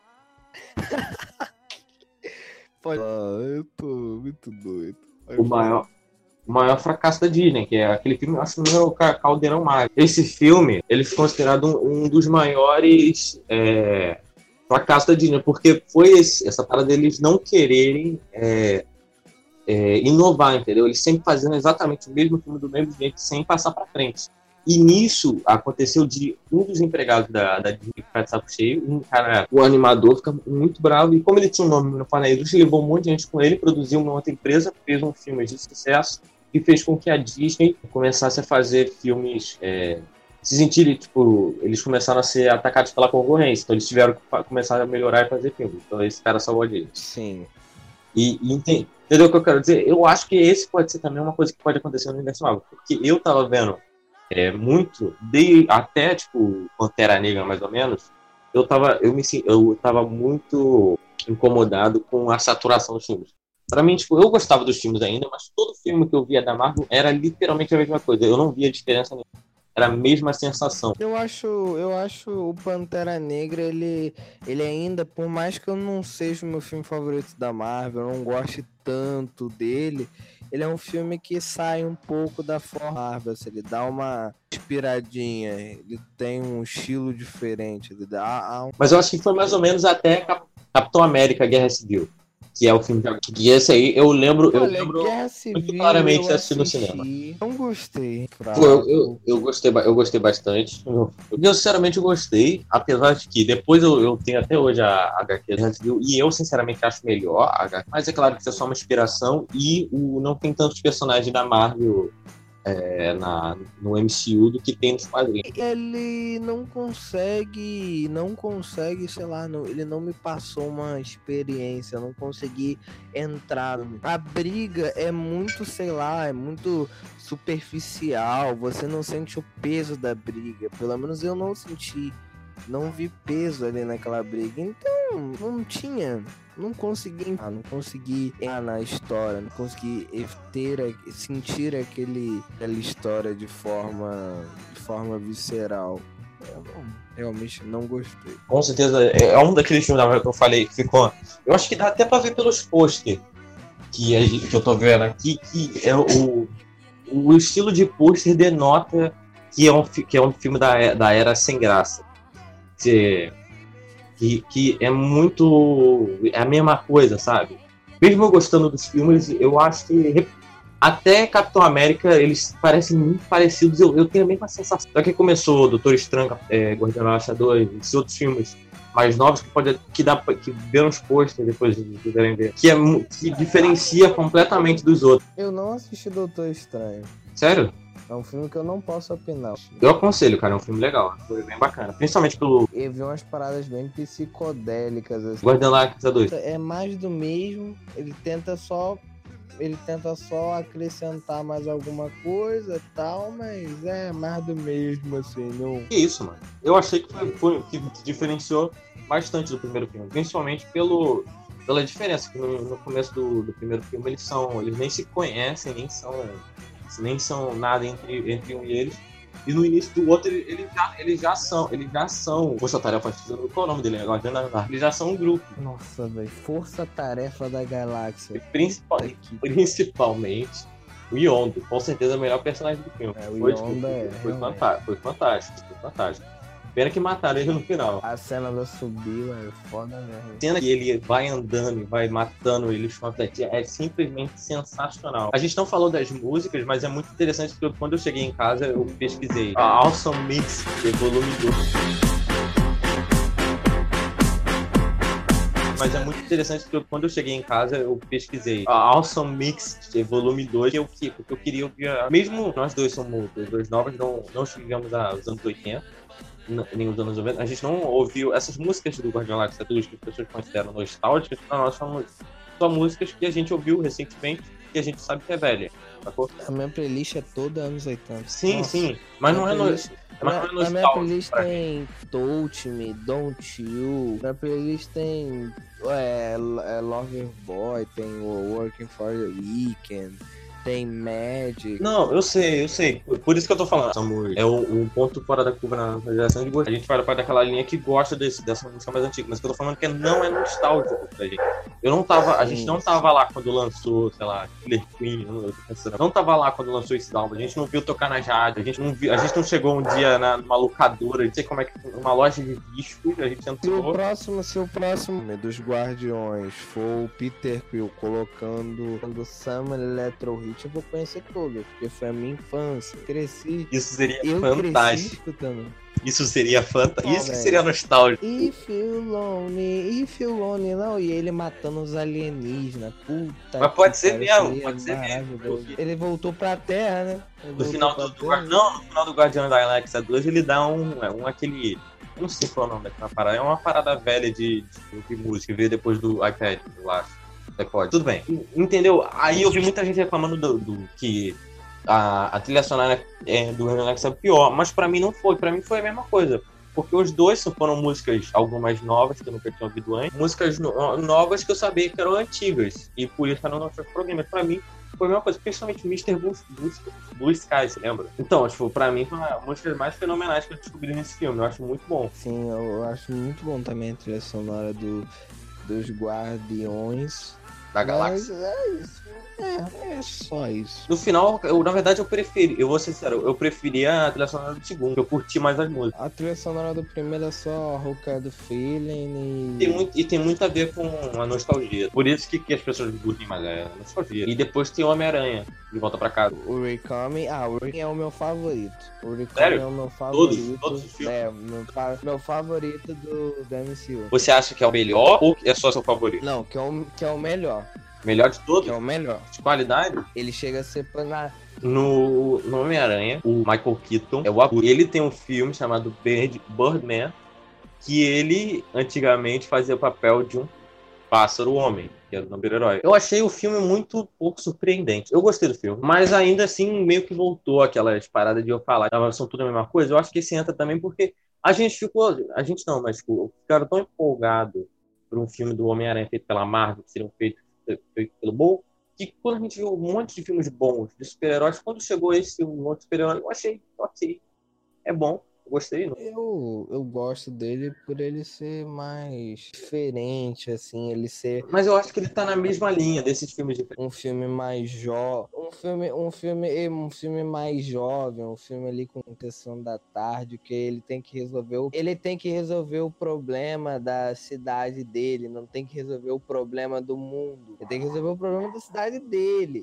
Pode... Ah, eu tô muito doido.
o maior, o maior fracasso da Disney, que é aquele filme, acho que não é o Ca- Caldeirão Mágico. Esse filme, ele foi considerado um, um dos maiores é, fracassos da Disney, porque foi esse, essa parada deles não quererem é, é, inovar, entendeu? Eles sempre fazendo exatamente o mesmo filme do mesmo jeito, sem passar pra frente. E nisso aconteceu de um dos empregados da, da Disney ficar de saco cheio, um cara, o animador fica muito bravo, e como ele tinha um nome no painel, ele levou um monte de gente com ele, produziu uma outra empresa, fez um filme de sucesso e fez com que a Disney começasse a fazer filmes, é, se sentirem, tipo, eles começaram a ser atacados pela concorrência, então eles tiveram que fa- começar a melhorar e fazer filmes. Então esse cara salvou a Disney.
Sim.
E, e enten- entendeu o que eu quero dizer? Eu acho que esse pode ser também uma coisa que pode acontecer no universo Marvel, porque eu tava vendo é, muito, de, até tipo Pantera Negra mais ou menos, eu tava, eu me sen- eu tava muito incomodado com a saturação dos filmes. Pra mim, tipo, eu gostava dos filmes ainda, mas todo filme que eu via da Marvel era literalmente a mesma coisa. Eu não via diferença nenhuma. Era a mesma sensação.
Eu acho, eu acho o Pantera Negra, ele, ele ainda, por mais que eu não seja o meu filme favorito da Marvel, eu não goste tanto dele, ele é um filme que sai um pouco da forma Marvel, assim, ele dá uma inspiradinha, ele tem um estilo diferente, ele dá há um...
Mas eu acho que foi mais ou menos até Cap- Capitão América Guerra Civil, que é o filme de... E esse aí, eu lembro, eu
Olha,
lembro
Guerra Civil,
claramente
eu
assisti no
assisti,
cinema.
Não gostei.
Pô, eu, eu, eu, gostei, ba- eu gostei bastante. Eu, eu sinceramente gostei, apesar de que depois eu, eu tenho até hoje a H Q Guerra Civil, e eu sinceramente acho melhor a H Q. Mas é claro que isso é só uma inspiração e o, não tem tantos personagens da Marvel é, na, no M C U do que tem nos quadrinhos.
Ele não consegue, não consegue, sei lá, não, ele não me passou uma experiência, eu não consegui entrar. no- A briga é muito, sei lá, é muito superficial, você não sente o peso da briga, pelo menos eu não senti, não vi peso ali naquela briga, então não tinha, não consegui, ah, não consegui entrar na história, não consegui ter, a- sentir aquele, aquela história de forma, de forma visceral. Eu não, realmente não gostei.
Com certeza, é um daqueles filmes da Marvel que eu falei que ficou. Eu acho que dá até pra ver pelos posters que, a gente- que eu tô vendo aqui, que é o, o estilo de pôster denota que é um, fi- que é um filme da, da era sem graça. Que, que, que é muito. É a mesma coisa, sabe? Mesmo eu gostando dos filmes, eu acho que até Capitão América eles parecem muito parecidos. Eu, eu tenho a mesma sensação. Só que começou Doutor Estranho, é, Guardião da Galáxia dois, esses outros filmes mais novos que pode que dá pra- que ver nos posters depois de quiserem ver, que é mu- que diferencia completamente dos outros.
Eu não assisti Doutor Estranho.
Sério?
É um filme que eu não posso opinar.
Eu aconselho, cara, é um filme legal. Foi bem bacana. Principalmente pelo
Ele viu umas paradas bem psicodélicas, assim.
Guardião da Galáxia dois.
É mais do mesmo, ele tenta só. Ele tenta só acrescentar mais alguma coisa e tal, mas é mais do mesmo, assim, não.
Que isso, mano. Eu achei que foi, foi que diferenciou bastante do primeiro filme. Principalmente pelo, pela diferença, que no, no começo do, do primeiro filme eles são. Eles nem se conhecem, nem são. Nem são nada entre, entre um e eles. E no início do outro, eles ele já, ele já são. Eles já são. Força Tarefa, qual é o nome dele agora? Eles já são um grupo.
Nossa, velho. Força Tarefa da Galáxia.
E principal,
Aqui.
principalmente o Yondo. Com certeza é o melhor personagem do filme.
É, o
foi,
Yondu é,
foi,
realmente.
fantástico, foi fantástico. Foi fantástico. Pena que mataram ele no final.
A cena da subida é foda mesmo.
A cena que ele vai andando e vai matando eles com a flecha é simplesmente sensacional. A gente não falou das músicas, mas é muito interessante porque quando eu cheguei em casa eu pesquisei a Awesome Mix de volume dois. Mas é muito interessante porque quando eu cheguei em casa eu pesquisei a Awesome Mix de volume dois, que eu, que eu queria ouvir. Mesmo nós dois somos dois novos, não, não vivemos os anos oitenta. Nem os anos noventa, a gente não ouviu essas músicas do Guardião da Galáxia dois que as pessoas consideram nostálgicas, para nós são só músicas que a gente ouviu recentemente e a gente sabe que é velha, sacou?
A minha playlist é toda anos oitenta.
Sim,
Nossa.
sim, mas não é, no,
playlist,
mas não é
a minha
nostálgico.
playlist
pra mim.
tem Touch Me, Don't You. Minha playlist tem é, é Lover Boy, tem o Working for the Weekend, tem Magic.
Não, eu sei, eu sei. Por, por isso que eu tô falando. Essa música é um, um ponto fora da curva na geração de gosto. A gente vai para daquela linha que gosta desse, dessa música mais antiga, mas o que eu tô falando é que não é nostálgico pra gente. Eu não tava, a gente não tava lá quando lançou, sei lá, Killer Queen, eu tô pensando, não tava lá quando lançou esse álbum. A gente não viu tocar nas rádios, a gente não viu, a gente não chegou um dia na, numa locadora, não sei como é que, uma loja de discos, a gente
Se o
entrou.
próximo, se o próximo dos Guardiões for o Peter Quill colocando o Summer Electro Hit, eu vou conhecer todo, porque foi a minha infância. Cresci.
Isso seria
Eu
fantástico.
cresci escutando.
Isso seria fantástico.
Oh,
Isso que
velho.
seria nostálgico.
If you lonely, if you lonely, não. E ele matando os alienígenas. Puta.
Mas pode
que
ser
pariu,
mesmo,
seria
pode ser mesmo,
maravilhoso.
porque-
Ele voltou pra Terra, né? Ele
No
voltou
final
pra
do, do
Terra.
Guardião, não, no final do Guardião da Galáxia dois ele dá um, é um aquele, eu não sei qual é o nome daquela parada, é uma parada velha de, de, de música, veio depois do iPad, eu acho, iPod. Tudo bem, entendeu? Aí eu vi muita gente reclamando do, do que a, a trilha sonora é, do Guardião da Galáxia é pior, mas pra mim não foi, pra mim foi a mesma coisa. Porque os dois foram músicas, algumas novas que eu nunca tinha ouvido antes, músicas no, novas que eu sabia que eram antigas, e por isso eram nossos programas. Pra mim, foi a mesma coisa, principalmente mister Blue, Blue, Blue Sky, você lembra? Então, tipo, pra mim foi uma das músicas mais fenomenais que eu descobri nesse filme, eu acho muito bom.
Sim, eu acho muito bom também a trilha sonora do, dos Guardiões.
Da Galáxia.
Mas é isso. É, é só isso.
No final, eu, na verdade, eu preferi, eu vou ser sincero, eu preferia a trilha sonora do segundo, eu curti mais as músicas.
A trilha sonora do primeiro é só Hook do Feeling e...
Tem muito, e tem muito a ver com a nostalgia. Por isso que, que as pessoas curtem mais é a nostalgia. E depois tem o Homem-Aranha, de volta pra casa.
O Recoming, ah, o Recoming é o meu favorito. O Recoming
Sério?
é o meu favorito.
todos os filmes?
É, meu, fa- meu favorito do, do M C U.
Você acha que é o melhor ou é só seu favorito?
Não, que é o, que é o melhor.
Melhor de todos?
Que é o melhor.
De qualidade?
Ele chega a ser pra...
No, no Homem-Aranha, o Michael Keaton é o ator. Ele tem um filme chamado Bird, Birdman, que ele antigamente fazia o papel de um pássaro homem, que era o super-herói. Eu achei o filme muito pouco surpreendente. Eu gostei do filme, mas ainda assim meio que voltou aquelas paradas de eu falar que são tudo a mesma coisa. Eu acho que esse entra também porque a gente ficou, a gente não, mas tipo, ficaram tão empolgados por um filme do Homem-Aranha feito pela Marvel, que seriam feitos feito pelo Bom, que quando a gente viu um monte de filmes bons de super-heróis, quando chegou esse um monte de super-herói, eu achei, ok, é bom, eu gostei. Não?
Eu, eu gosto dele por ele ser mais diferente, assim, ele ser
Mas eu acho que ele tá na mesma linha desses filmes de
um filme mais jovem, um filme, um filme, um filme mais jovem, um filme ali com questão da tarde, que ele tem que resolver, o, ele tem que resolver o problema da cidade dele, não tem que resolver o problema do mundo, ele tem que resolver o problema da cidade dele.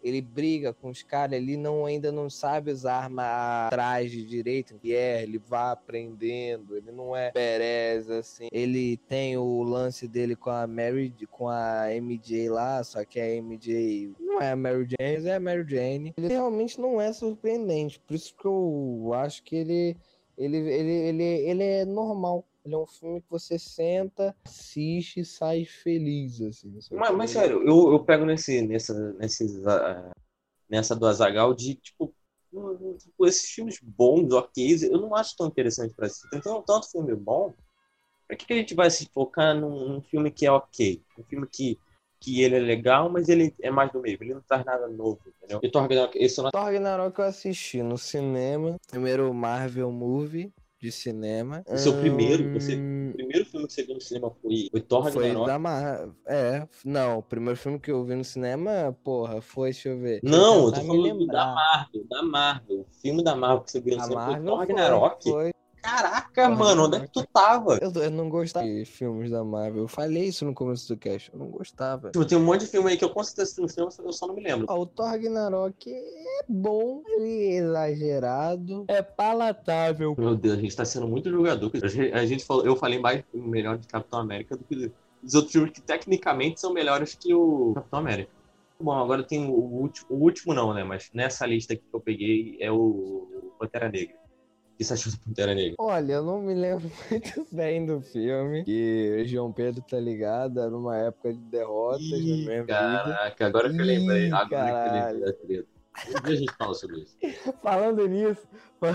ele briga com os caras, ele não, ainda não sabe usar arma atrás de direito, que é, ele vai aprendendo, ele não é Perez, assim. Ele tem o lance dele com a Mary, com a M J lá, só que a M J não é a Mary Jane, é a Mary Jane. Ele realmente não é surpreendente, por isso que eu acho que ele, ele, ele, ele, ele é normal. Ele é um filme que você senta, assiste e sai feliz, assim.
Mas, mas sério, eu, eu pego nesse, nessa, nesses, uh, nessa do Azaghal de, tipo, tipo, esses filmes bons, ok, eu não acho tão interessante pra assistir. Tem tanto, tanto filme bom, pra que, que a gente vai se focar num, num filme que é ok? Um filme que, que ele é legal, mas ele é mais do mesmo, ele não traz nada novo, entendeu? E Thor Ragnarok, esse eu não...
Thor Ragnarok eu assisti no cinema, primeiro Marvel Movie de cinema.
O seu primeiro,
Hum,
você, o primeiro filme que você viu no cinema foi, foi Thor
Foi
Ragnarok?
da Marvel. É, não, o primeiro filme que eu vi no cinema, porra, foi, deixa eu ver. Deixa
Não, eu tô
tentar me
falando do- da
lembrar.
Marvel, da Marvel. O filme da Marvel que você viu no
A
cinema foi
Marvel
Thor
foi,
Ragnarok?
foi.
Caraca,
Thor
mano, onde é que tu tava?
Eu, eu não gostava de filmes da Marvel. Eu falei isso no começo do cast. Eu não gostava.
Tipo, tem um monte de filme aí que eu com certeza assisti no cinema, eu só não me lembro.
Ó, o Thor Ragnarok é bom, ele é exagerado, é palatável.
Meu Deus, a gente tá sendo muito jogador. A gente, a gente falou, eu falei mais melhor de Capitão América do que dos outros filmes que tecnicamente são melhores que o Capitão América. Bom, agora tem o último, o último não, né? Mas nessa lista aqui que eu peguei é o Pantera Negra. O que você achou do Pantera Negra?
Olha, eu não me lembro muito bem do filme, que o João Pedro tá ligado, era uma época de derrotas na
Ih,
minha vida.
caraca, agora que eu lembrei.
Ih,
Agora
caralho.
que eu lembrei da treta. Um dia a gente fala sobre isso.
Falando nisso,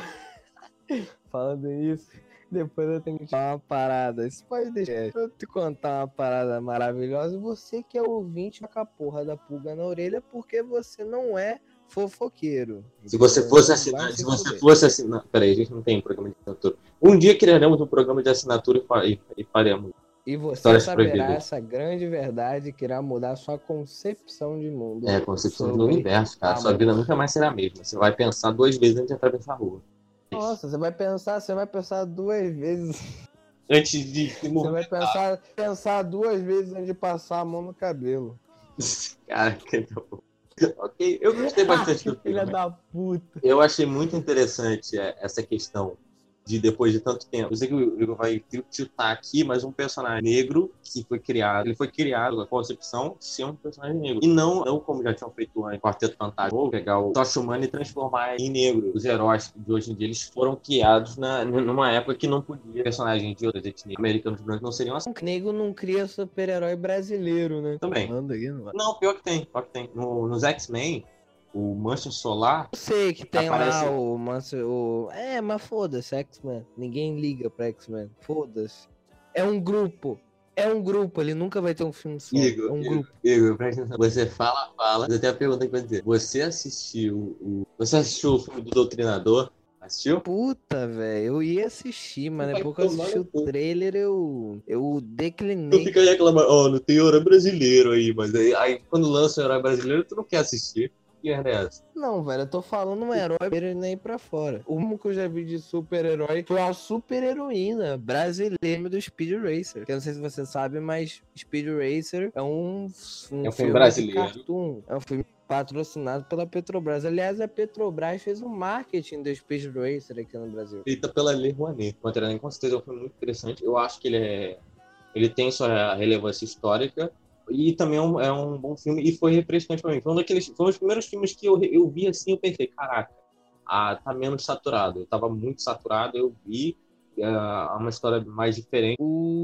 falando nisso, depois eu tenho que te falar uma parada. Isso pode deixar. Eu te contar uma parada maravilhosa. Você que é ouvinte, vai com a porra da pulga na orelha, porque você não é fofoqueiro.
Se você
Então,
fosse
vai
assinar, se
se
você
fuder.
fosse assinar. Peraí, a gente não tem programa de assinatura. Um dia criaremos um programa de assinatura e, fa- e, e faremos.
E você
Histórias
saberá
proibidas.
essa grande verdade que irá mudar sua concepção de mundo.
É, concepção do
sobre
universo, cara. Sua
amor.
vida nunca mais será a mesma. Você vai pensar duas vezes antes de atravessar a rua.
Nossa, você vai pensar, você vai pensar duas vezes.
Antes de se
Você
morrer.
vai pensar, pensar duas vezes antes de passar a mão no cabelo.
Caraca, então. Ok, eu gostei bastante do
Que filha
filme.
da puta.
Eu achei muito interessante é, essa questão de depois de tanto tempo. Eu sei que o Igor vai tiltar aqui, mas um personagem negro que foi criado, ele foi criado com a concepção de ser um personagem negro. E não, não como já tinham feito antes, Quarteto Fantástico, pegar o Tocha Humana e transformar em negro. Os heróis de hoje em dia, eles foram criados na, numa época que não podia. Personagens de outras etnias, americanos brancos, não seriam assim
Um nego não cria super-herói brasileiro, né?
também.
Manda aí, não.
Não, pior que tem, pior que tem. No, nos X-Men, o Mancha Solar,
Eu sei que tem
Aparece-
lá o, Manso- o... É, mas foda-se, X-Men. Ninguém liga pra X-Men. Foda-se. É um grupo. É um grupo, ele nunca vai ter um filme só.
Igor,
é um
Igor,
grupo.
Igor, presta atenção. Você fala, fala. Eu tenho a pergunta que vai dizer. Você assistiu o. Você assistiu o filme do Doutrinador? Assistiu?
Puta, velho, eu ia assistir, mas
Vai
depois que eu
tomar
assisti
no
o
cu.
trailer, eu, eu
Tu
declinei.
fica aí reclamando, ó, não tem herói brasileiro aí, mas aí, aí quando lança um herói brasileiro, tu não quer assistir. Que merda é essa?
Não, velho, eu tô falando um herói ele nem pra fora. O único que eu já vi de super-herói foi a super-heroína brasileira do Speed Racer. Que eu não sei se você sabe, mas Speed Racer é um, um
É um filme
filme
brasileiro.
de cartoon. É um filme patrocinado pela Petrobras. Aliás, a Petrobras fez o marketing do Speed Racer aqui no Brasil.
Feita pela Lei Rouanet. O Pantera Negra, com certeza, é um filme muito interessante. Eu acho que ele é. Ele tem sua relevância histórica. E também é um, é um bom filme e foi refrescante pra mim. Foi um, daqueles, foi um dos primeiros filmes que eu, eu vi assim, eu pensei, caraca, ah, tá menos saturado. Eu tava muito saturado, eu vi uh, uma história mais diferente.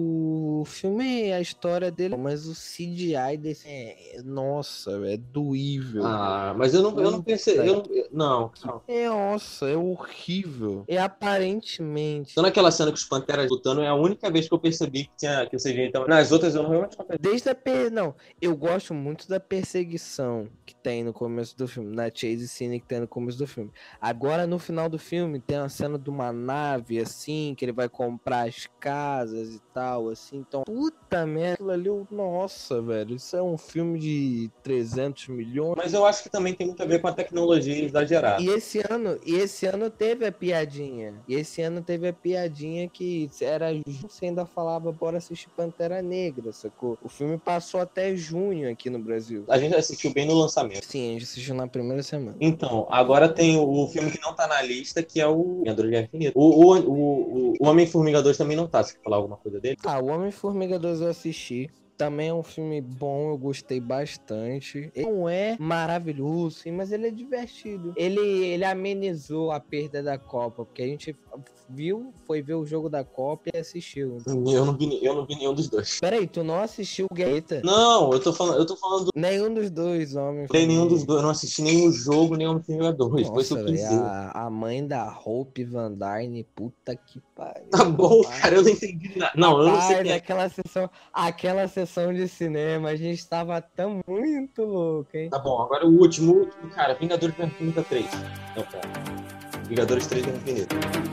O filme, a história dele, mas o C G I desse é, nossa, é doível.
Ah, mas eu não, eu não pensei, eu não, eu- não, não.
É, nossa, é horrível. É aparentemente.
Só naquela cena que os Panteras lutando é a única vez que eu percebi que, tinha, que o C G I tava... Nas outras eu não realmente não percebi.
Desde a per... Não, eu gosto muito da perseguição que tem no começo do filme, na chase scene que tem no começo do filme. Agora, no final do filme, tem uma cena de uma nave, assim, que ele vai comprar as casas e tal, assim. Então, puta merda, aquilo ali, eu- nossa, velho, isso é um filme de trezentos milhões.
Mas eu acho que também tem muito a ver com a tecnologia exagerada.
E esse ano, e esse ano teve a piadinha. E esse ano teve a piadinha que era você ainda falava bora assistir Pantera Negra, sacou? O filme passou até junho aqui no Brasil.
A gente assistiu bem no lançamento.
Sim, a gente assistiu na primeira semana.
Então, agora tem o, o filme que não tá na lista, que é o Vingador de Guerra Infinita. O, o, o, o, o Homem-Formiga dois também não tá. Você quer falar alguma coisa dele?
Ah, o Homem-Formiga dois eu assisti. Também é um filme bom, eu gostei bastante. Ele não é maravilhoso, sim, mas ele é divertido. Ele, ele amenizou a perda da Copa, porque a gente viu, foi ver o jogo da Copa e assistiu.
Eu não vi, eu não vi nenhum dos dois.
Peraí, tu não assistiu o Guerrita?
Não, eu tô falando, eu tô falando do...
Nenhum dos dois, homem.
Não tem nenhum dos dois, eu não assisti nenhum jogo, nem Homem-Formiga dois. Foi isso que
Nossa,
eu quis
velho,
dizer.
a, a mãe da Hope Van Dyne, puta que pariu.
Tá bom,
Pai.
cara, eu não entendi nada. Não, eu não sei
Pai,
quem é.
naquela sessão, aquela sessão de cinema, a gente tava tão muito louco, hein?
Tá bom, agora o último, o último, cara, Vingadores Guerra Infinita três. Não, cara. Vingadores três Guerra Infinita.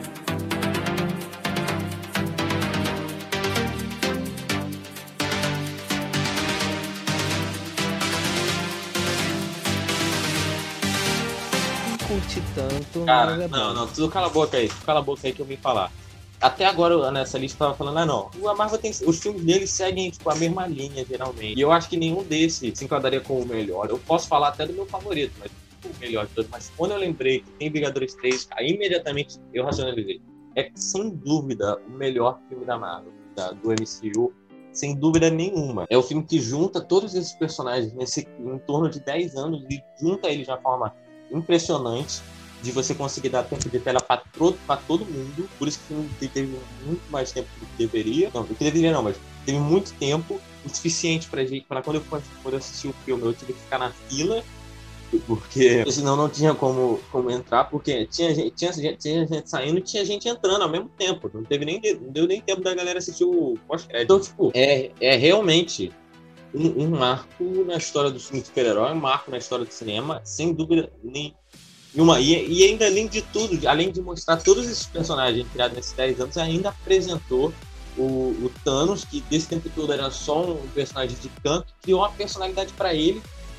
Não curti tanto, mas
Cara,
é
não,
bom.
não, tudo cala a boca aí, cala a boca aí que eu vim falar. Até agora, nessa lista, eu tava falando, ah, não, a Marvel tem, os filmes deles seguem, tipo, a mesma linha, geralmente. E eu acho que nenhum desses se enquadraria como o melhor. Eu posso falar até do meu favorito, mas o melhor de todos. Mas quando eu lembrei que tem Vingadores três, aí imediatamente eu racionalizei. É, sem dúvida, o melhor filme da Marvel, da, do M C U, sem dúvida nenhuma. É o filme que junta todos esses personagens nesse, em torno de dez anos e junta eles de uma forma impressionante, de você conseguir dar tempo de tela para todo mundo. Por isso que o filme teve muito mais tempo do que deveria. Não, do que deveria não, mas teve muito tempo, o suficiente pra gente, para quando eu for assistir o filme, eu tive que ficar na fila, porque senão não tinha como, como entrar, porque tinha gente, tinha, gente, tinha gente saindo e tinha gente entrando ao mesmo tempo. Não teve nem, não deu nem tempo da galera assistir o pós-crédito. Então, tipo, é, é realmente um, um marco na história do filme de super-herói, um marco na história do cinema, sem dúvida nem Uma, e, e ainda, além de tudo, além de mostrar todos esses personagens criados nesses dez anos, ainda apresentou o, o Thanos, que desse tempo todo era só um personagem de canto, criou uma personalidade para ele,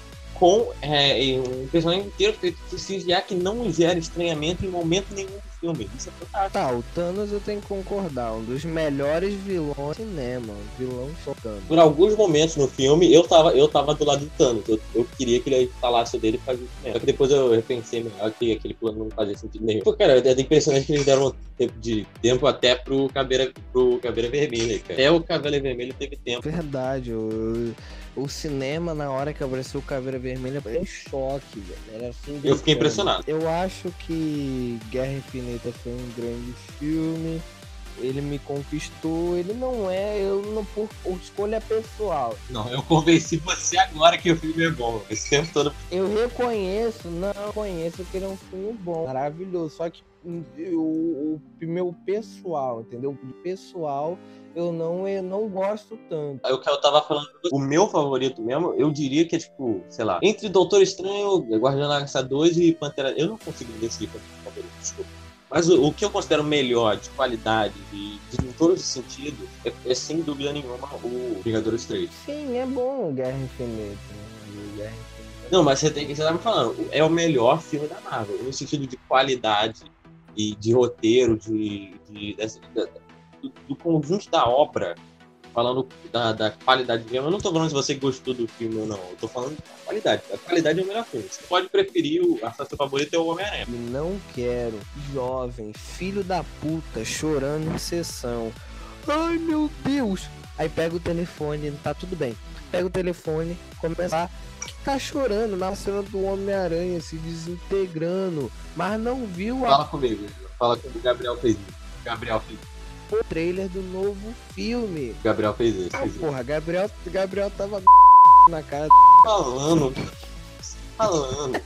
com é, um personagem inteiro feito de C G I que não gera estranhamento em momento nenhum do filme. Isso é fantástico.
Tá, o Thanos eu tenho que concordar, um dos melhores vilões do cinema, um vilão chocante.
Por alguns momentos no filme, eu tava, eu tava do lado do Thanos. Eu, eu queria que ele falasse o dele e fazia isso mesmo. Só que depois eu repensei melhor que aquele plano não fazia sentido nenhum. Pô, cara, é impressionante que eles deram tempo de tempo até pro Caveira, pro Caveira Vermelha, cara. Até o Caveira Vermelho teve tempo.
Verdade, o, o cinema, na hora que apareceu o Caveira Vermelha, foi um choque, velho. Era assim,
Eu fiquei impressionado.
Eu acho que Guerra Infinita foi um grande filme. Ele me conquistou. Ele não é, eu não por, por escolha pessoal.
Não, eu convenci você agora que o filme é bom. Esse tempo todo.
Eu reconheço, não, eu reconheço que ele é um filme bom, maravilhoso. Só que o, o meu pessoal, entendeu? O pessoal, eu não, eu não gosto tanto.
É o que eu tava falando. O meu favorito mesmo, eu diria que é tipo, sei lá, entre Doutor Estranho, Guardião da Galáxia dois e Pantera. Eu não consigo decidir qual é o favorito, desculpa. Mas o, o que eu considero melhor, de qualidade, de, de, em todos os sentidos, é, é sem dúvida nenhuma o Vingadores três.
Sim, é bom o Guerra Infinita. Né? Guerra Infinita.
Não, mas você, tem, você tá me falando, é o melhor filme da Marvel, no sentido de qualidade e de roteiro, de, de, dessa, da, do, do conjunto da obra, falando da, da qualidade do filme. Eu não tô falando se você gostou do filme ou não, eu tô falando da qualidade. A qualidade é o melhor filme. Você pode preferir, o a seu favorito é o Homem-Aranha.
E não quero jovem, filho da puta, chorando em sessão. Ai, meu Deus! Aí pega o telefone, tá tudo bem. Pega o telefone, começa a... que tá chorando na cena do Homem-Aranha, se desintegrando. Mas não viu a...
Fala comigo, fala comigo, o Gabriel fez isso. Gabriel fez isso.
o trailer do novo filme.
Gabriel fez isso.
Ah,
Fez isso.
porra, Gabriel, Gabriel tava na cara.
Falando, falando.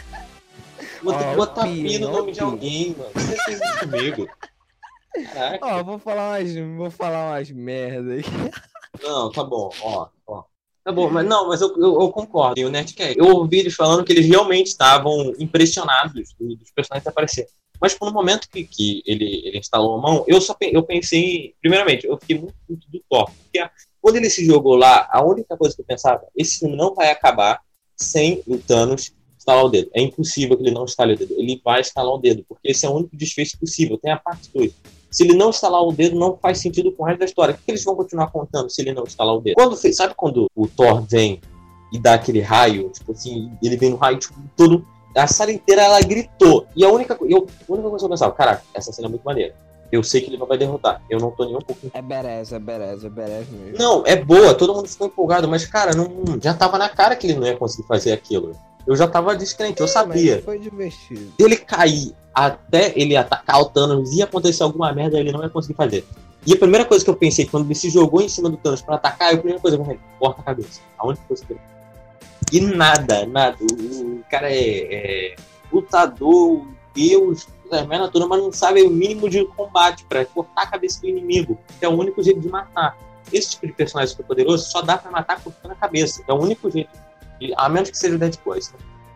Vou ter que
Ó,
botar
o Pino,
pi no
ó,
nome
o
de
Pino.
alguém, mano. Você fez isso comigo. Caraca.
Ó, vou falar umas, vou falar umas merda aí.
Não, tá bom, ó, ó. Tá bom, mas não, mas eu, eu, eu concordo. E o Nerdcast, eu ouvi eles falando que eles realmente estavam impressionados dos, dos personagens aparecerem. Mas no momento que, que ele, ele instalou a mão, eu só eu pensei, primeiramente, eu fiquei muito, muito do Thor. Porque a, quando ele se jogou lá, a única coisa que eu pensava, esse filme não vai acabar sem o Thanos instalar o dedo. É impossível que ele não instale o dedo. Ele vai instalar o dedo, porque esse é o único desfecho possível. Tem a parte dois. Se ele não instalar o dedo, não faz sentido com o resto da história. O que eles vão continuar contando se ele não instalar o dedo? Quando fez, sabe quando o Thor vem e dá aquele raio, tipo assim, ele vem no raio, tipo, todo... A sala inteira, ela gritou. E a única, eu, a única coisa que eu pensava, caraca, essa cena é muito maneira. Eu sei que ele não vai derrotar. Eu não tô nem um pouco...
É badass, é badass, é badass mesmo.
Não, é boa, todo mundo ficou empolgado, mas, cara, não, já tava na cara que ele não ia conseguir fazer aquilo. Eu já tava descrente, eu sabia.
Mas foi divertido.
Se ele cair até ele atacar o Thanos, ia acontecer alguma merda, ele não ia conseguir fazer. E a primeira coisa que eu pensei, quando ele se jogou em cima do Thanos pra atacar, a primeira coisa que eu falei, corta a cabeça. A única coisa que eu... E nada, nada. O, o cara é, é lutador, Deus, das merda toda, mas não sabe o mínimo de combate pra cortar a cabeça do inimigo. Que é o único jeito de matar. Esse tipo de personagem super poderoso só dá pra matar cortando a cabeça. É o único jeito. A menos que seja o Deadpool. Né?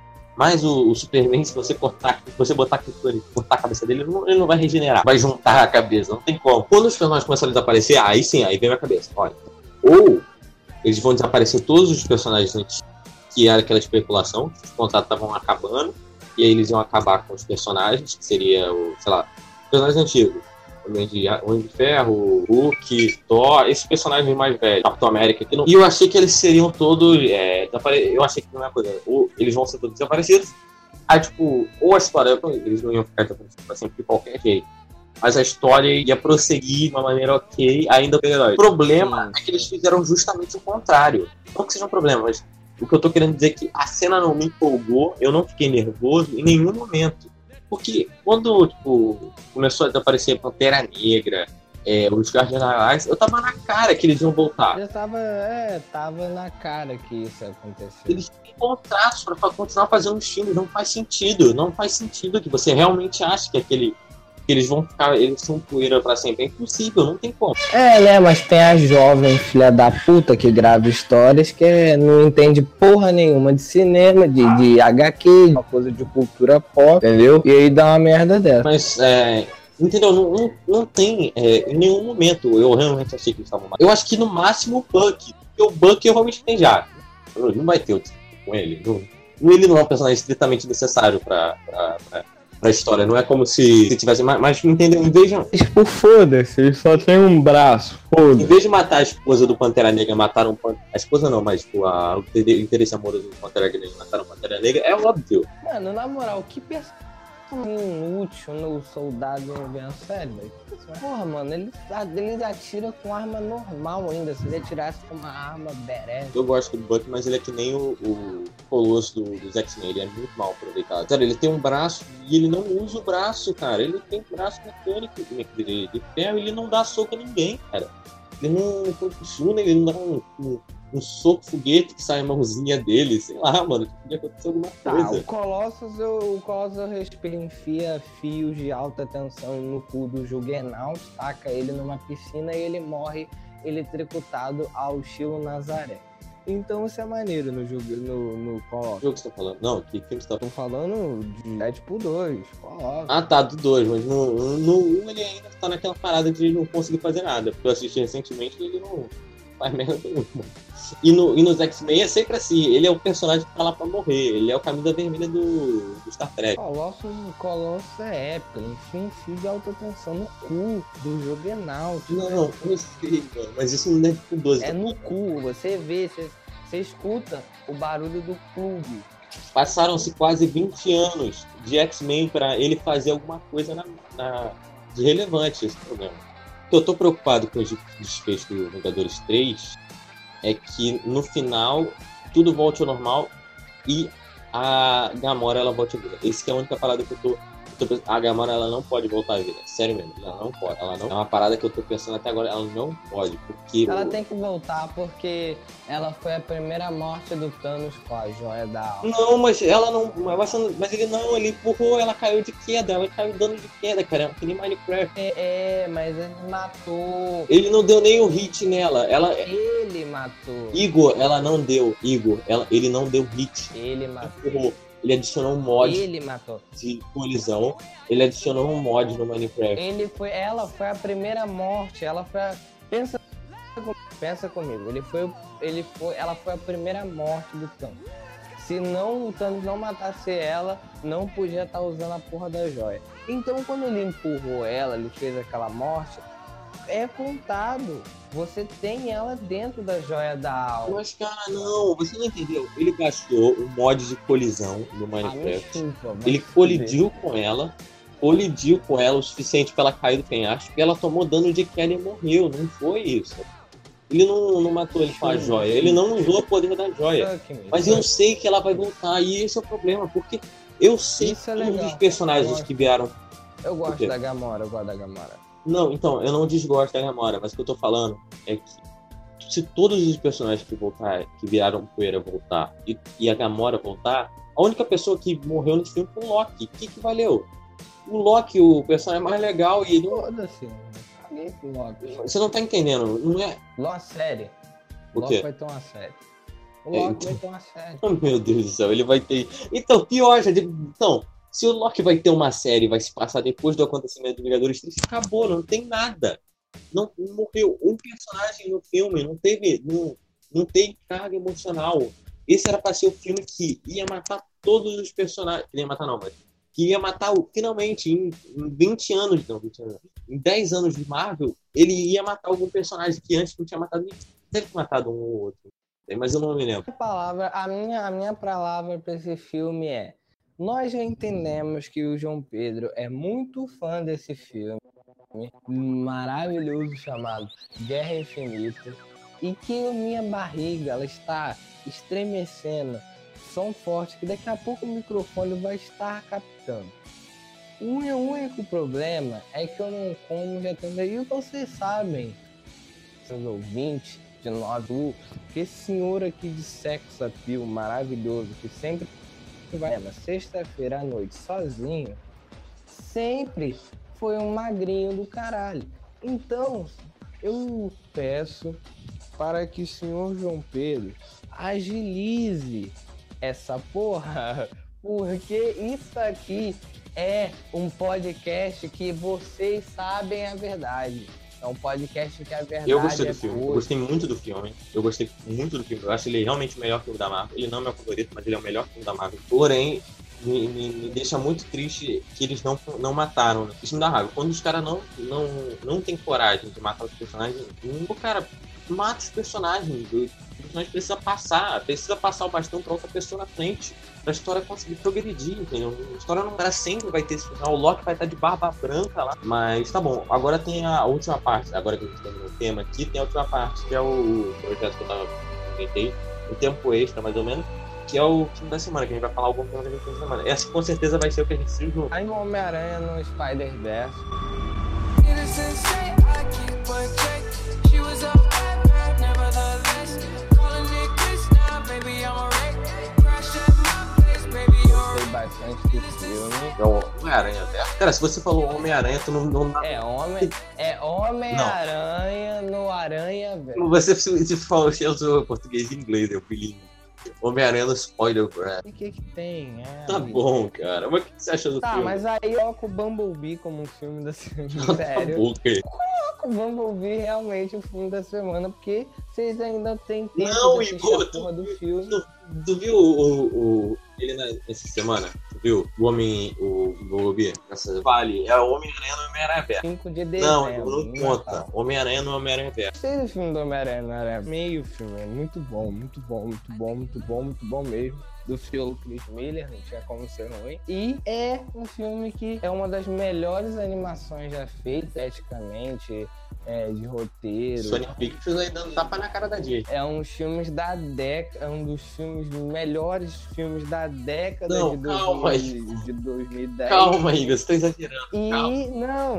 Mas o, o Superman, se você cortar, se você botar e cortar a cabeça dele, ele não, ele não vai regenerar. Vai juntar a cabeça, não tem como. Quando os personagens começam a desaparecer, aí sim, aí vem a cabeça. Olha. Ou eles vão desaparecer todos os personagens antes, que era aquela especulação, que os contratos estavam acabando, e aí eles iam acabar com os personagens, que seria o, sei lá, personagens antigos. Homem de, Homem de Ferro, Hulk, Thor, esses personagens mais velhos, Capitão América. Que não... E eu achei que eles seriam todos. É, eu achei que não é coisa. Ou eles vão ser todos desaparecidos. Aí, tipo, ou a história. Eles não iam ficar desaparecidos pra sempre de qualquer jeito. Mas a história ia prosseguir de uma maneira ok, ainda com herói. O problema é que eles fizeram justamente o contrário. Não que seja um problema, mas o que eu tô querendo dizer é que a cena não me empolgou, eu não fiquei nervoso em nenhum momento. Porque quando, tipo, começou a desaparecer Pantera Negra, é, os Guardiões da Galáxia, eu tava na cara que eles iam voltar.
Já tava, é, tava na cara que isso ia acontecer.
Eles têm contratos pra continuar fazendo os filmes, não faz sentido. Não faz sentido que você realmente acha que aquele... que eles vão ficar, eles são poeira pra sempre. É impossível, não tem como.
É, né, mas tem a jovem filha da puta que grava histórias que é, não entende porra nenhuma de cinema, de, de H Q, uma coisa de cultura pop, entendeu? E aí dá uma merda dessa.
Mas, é... Entendeu? Não, não, não tem, é, em nenhum momento eu realmente achei que eles estavam mal. Eu acho que no máximo o Bucky. Porque o Bucky eu realmente tenho já. Não vai ter outro com ele. Não, ele não é um personagem estritamente necessário pra... pra, pra pra história, não é como se, se tivesse mais, mas entendeu? Em vez de...
Tipo, foda-se, ele só tem um braço, foda-se.
Em vez de matar a esposa do Pantera Negra, mataram um Pan... a esposa não, mas tipo, a... o interesse amoroso do Pantera Negra, mataram o Pantera Negra, é óbvio.
Mano, na moral, que personagem inútil no Soldado Invernal, sério, velho. Porra, mano, eles, eles atiram com arma normal ainda, se ele atirasse com uma arma badass.
Eu gosto do Bucky, mas ele é que nem o, o Colosso do, dos X-Men, ele é muito mal aproveitado. Sério, ele tem um braço e ele não usa o braço, cara. Ele tem um braço mecânico de, de ferro e ele não dá soco a ninguém, cara. Ele não funciona, ele não dá um, um, um soco foguete que sai a mãozinha dele, sei lá, mano, podia acontecer alguma coisa.
Tá, o Colossus, eu, o Colossus eu respeito, enfia fios de alta tensão no cu do Juggernaut, taca ele numa piscina e ele morre eletrocutado ao estilo Nazaré. Então isso é maneiro no jogo, no, no Colossus.
Que jogo que você tá falando? Não, que filme você tá
Tô falando de Deadpool dois, Colossus.
Ah, tá, do dois, mas no, no um ele ainda tá naquela parada de não conseguir fazer nada. Porque eu assisti recentemente e ele não faz merda nenhuma. E, no, e nos X-Men é sempre assim, ele é o personagem que tá lá pra morrer, ele é o camisa vermelha do, do Star Trek.
Colossus, Colossus é épico, enfia um fio de alta tensão no cu do Juggernaut.
Não, não, eu sei, mano, mas isso não é tipo doze.
É no cu, você vê, você, você escuta o barulho do plug.
Passaram-se quase vinte anos de X-Men pra ele fazer alguma coisa na, na, de relevante esse programa. O que eu tô preocupado com o desfecho do Vingadores três é que no final tudo volte ao normal e a Gamora ela volte a vida. Essa que é a única parada que eu tô, eu tô a Gamora ela não pode voltar a vida. Sério mesmo, ela não pode. Ela não, é uma parada que eu tô pensando até agora, ela não pode, porque
Ela
o...
tem que voltar porque ela foi a primeira morte do Thanos com a joia da alma.
Não, mas ela não. Mas, mas ele não, ele empurrou, ela caiu de queda, ela caiu dando de queda, cara. Que nem Minecraft.
É, é, mas ele matou.
Ele não deu nem o hit nela. Ela.
Ele matou.
Igor, ela não deu. Igor, ela, ele não deu hit.
Ele matou.
Empurrou. ele adicionou um mod
Ele matou.
de colisão, ele adicionou um mod no Minecraft.
Ele foi, ela foi a primeira morte, ela foi a, pensa, pensa comigo, ele foi, ele foi, ela foi a primeira morte do Thanos. Se não, o Thanos não matasse ela, não podia estar usando a porra da joia. Então, quando ele empurrou ela, ele fez aquela morte, é contado. Você tem ela dentro da joia da alma.
Mas, cara, não, você não entendeu. Ele baixou o mod de colisão no Minecraft.
Ah, chupa,
Ele colidiu com ela, colidiu com ela o suficiente pra ela cair do penhasco, e ela tomou dano de queda e morreu. Não foi isso. Ele não, não matou ele com a joia, ele não usou o poder da joia. Mas eu sei que ela vai voltar, e esse é o problema, porque eu sei
Isso
que
é
todos
legal.
os personagens que vieram.
Eu
O
gosto
quê?
da Gamora, eu gosto da Gamora.
Não, então, eu não desgosto da Gamora, mas o que eu tô falando é que se todos os personagens que voltar, que viraram poeira voltar e, e a Gamora voltar, a única pessoa que morreu nesse filme foi o Loki. O que que valeu? O Loki, o personagem mais legal, e ele não...
Foda-se, mano. Caguei pro Loki.
Você não tá entendendo, não é...
Loki série.
O
Loki
quê?
vai ter uma série. O
É,
Loki
então-
vai ter uma série.
Oh, meu Deus do céu, ele vai ter... Então, pior, já... Então, se o Loki vai ter uma série, vai se passar depois do acontecimento do Vingadores três, acabou, não tem nada. Não, não morreu um personagem no filme, não teve, não, não teve carga emocional. Esse era pra ser o filme que ia matar todos os personagens. Que nem ia matar não, mas que ia matar o- finalmente em, em vinte anos, não, vinte anos, em dez anos de Marvel, ele ia matar algum personagem que antes não tinha matado ninguém. Deve ter matado um ou outro, mas eu não me lembro.
A palavra, a minha, a minha palavra para esse filme é: nós já entendemos que o João Pedro é muito fã desse filme maravilhoso chamado Guerra Infinita, e que a minha barriga ela está estremecendo, som forte, que daqui a pouco o microfone vai estar captando. O meu único problema é que eu não como já também, e vocês sabem, seus ouvintes de nove, que esse senhor aqui de sex appeal maravilhoso, que sempre vai na sexta-feira à noite sozinho, sempre foi um magrinho do caralho. Então, eu peço para que o senhor João Pedro agilize essa porra, porque isso aqui é um podcast que vocês sabem a verdade. É um podcast que a verdade
Eu gostei do
é
filme, eu
podre.
gostei muito do filme. Eu gostei muito do filme. Eu acho ele realmente melhor que o da Marvel. Ele não é meu favorito, mas ele é o melhor filme da Marvel. Porém, me, me, me deixa muito triste que eles não, não mataram o filme da Marvel. Quando os caras não, não, não tem coragem de matar os personagens, o cara mata os personagens. O personagem precisa passar, precisa passar o bastão pra outra pessoa na frente, pra história conseguir progredir, entendeu? A história não para sempre vai ter esse final. O Loki vai estar de barba branca lá. Mas tá bom, agora tem a última parte. Agora que a gente terminou o tema aqui, tem a última parte, que é o projeto que eu tava comentei, o tempo extra, mais ou menos, que é o filme da semana, que a gente vai falar algum filme da semana. Essa com certeza vai ser o que a gente se junto.
Aí o Homem-Aranha no Spider-Verse.
Innocent say I keep a check. She was up at bad, nevertheless. Calling it quits now, baby, I'm a wreck. Crash at my place, baby, you're
Gostei bastante do filme.
É o Homem-Aranha até. Cara, se você falou Homem-Aranha, tu não, não,
É homem, é Homem-Aranha no Aranha, velho.
Você se, se falou, você usou português e inglês, eu bilíngue. Homem-Aranha no Spider-Verse.
O que que tem? É,
Tá
amigo.
bom, cara. Mas o que você achou do
Tá,
filme?
mas aí eu coloco o Bumblebee como um filme da semana.
Tá
Sério.
bom, ok.
O Bumblebee realmente o filme da semana, porque vocês ainda têm tempo
Não,
de assistir
Igor,
a porra do filme.
Tu, tu viu o, o, o- ele na- essa semana? Tu viu? O Homem, o Bumblebee? Essa vale, é o Homem-Aranha no Homem-Aranha Verso.
cinco de
Não,
dezembro.
não
no
conta.
Natal.
Homem-Aranha no Homem-Aranha Verso.
Gostei do filme do Homem-Aranha, no Aranha. Meio filme, é muito bom, muito bom, muito bom, muito bom, muito bom mesmo. Do filme Chris Miller, não tinha como ser ruim. E é um filme que é uma das melhores animações já feitas, eticamente, é, de roteiro.
Sony Pictures aí dando tapa na cara da Disney.
É um dos filmes da década, é um dos filmes melhores filmes da década
Não,
de,
calma
dois mil, de dois mil e dez.
Calma, Igor, você tá exagerando.
E
Calma.
não,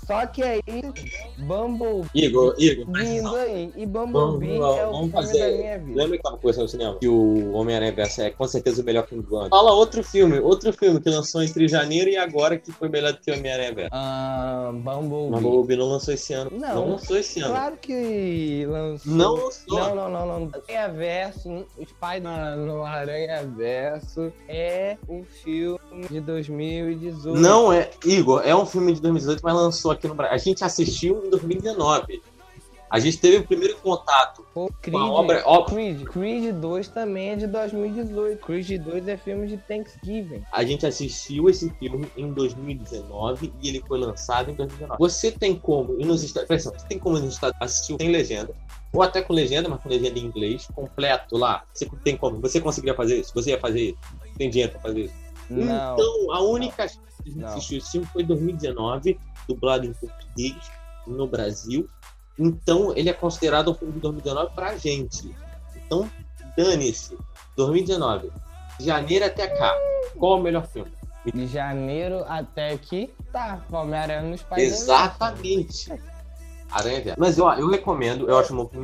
Só que aí, Bumblebee
Igor, Igor, presta
vindo
atenção.
aí. E
Vamos,
Bumblebee
vamos,
é o
vamos
filme
fazer.
da minha vida.
Lembra que tava conversando no cinema? Que o Homem-Aranha Verso é com certeza o melhor filme do ano. Fala outro filme, outro filme que lançou entre janeiro e agora que foi melhor do que o Homem-Aranha Verso.
Ah, Bumblebee.
Mas o Bumblebee não lançou esse ano.
Não.
Não lançou esse ano.
Claro que lançou.
Não lançou.
Não, não, não, não. Aranha Verso, o Spider no Aranha Verso é o filme de dois mil e dezoito.
Não é, Igor, é um filme de dois mil e dezoito, mas lançou aqui no Brasil. A gente assistiu em dois mil e dezenove. A gente teve o primeiro contato
O Creed,
com a obra. Ó,
Creed, Creed dois também é de dois mil e dezoito. Creed dois é filme de Thanksgiving.
a gente assistiu esse filme em dois mil e dezenove e ele foi lançado em dois mil e dezenove. Você tem como ir nos Estados Unidos, você tem como ir nos Estados Unidos assistir sem legenda, ou até com legenda, mas com legenda em inglês, completo lá. Você tem como? Você conseguiria fazer isso? Você ia fazer isso? Tem dinheiro pra fazer isso?
Não.
Então, a única chance de a gente
Não.
assistir esse filme foi em dois mil e dezenove, dublado em português no Brasil. Então, ele é considerado um filme de dois mil e dezenove pra gente. Então, dane-se. dois mil e dezenove. De janeiro até cá. Qual é o melhor filme?
De janeiro até aqui, tá. Homem-Aranha nos Pais.
Exatamente. Aranha Verso. Mas ó, eu recomendo, eu acho um filme.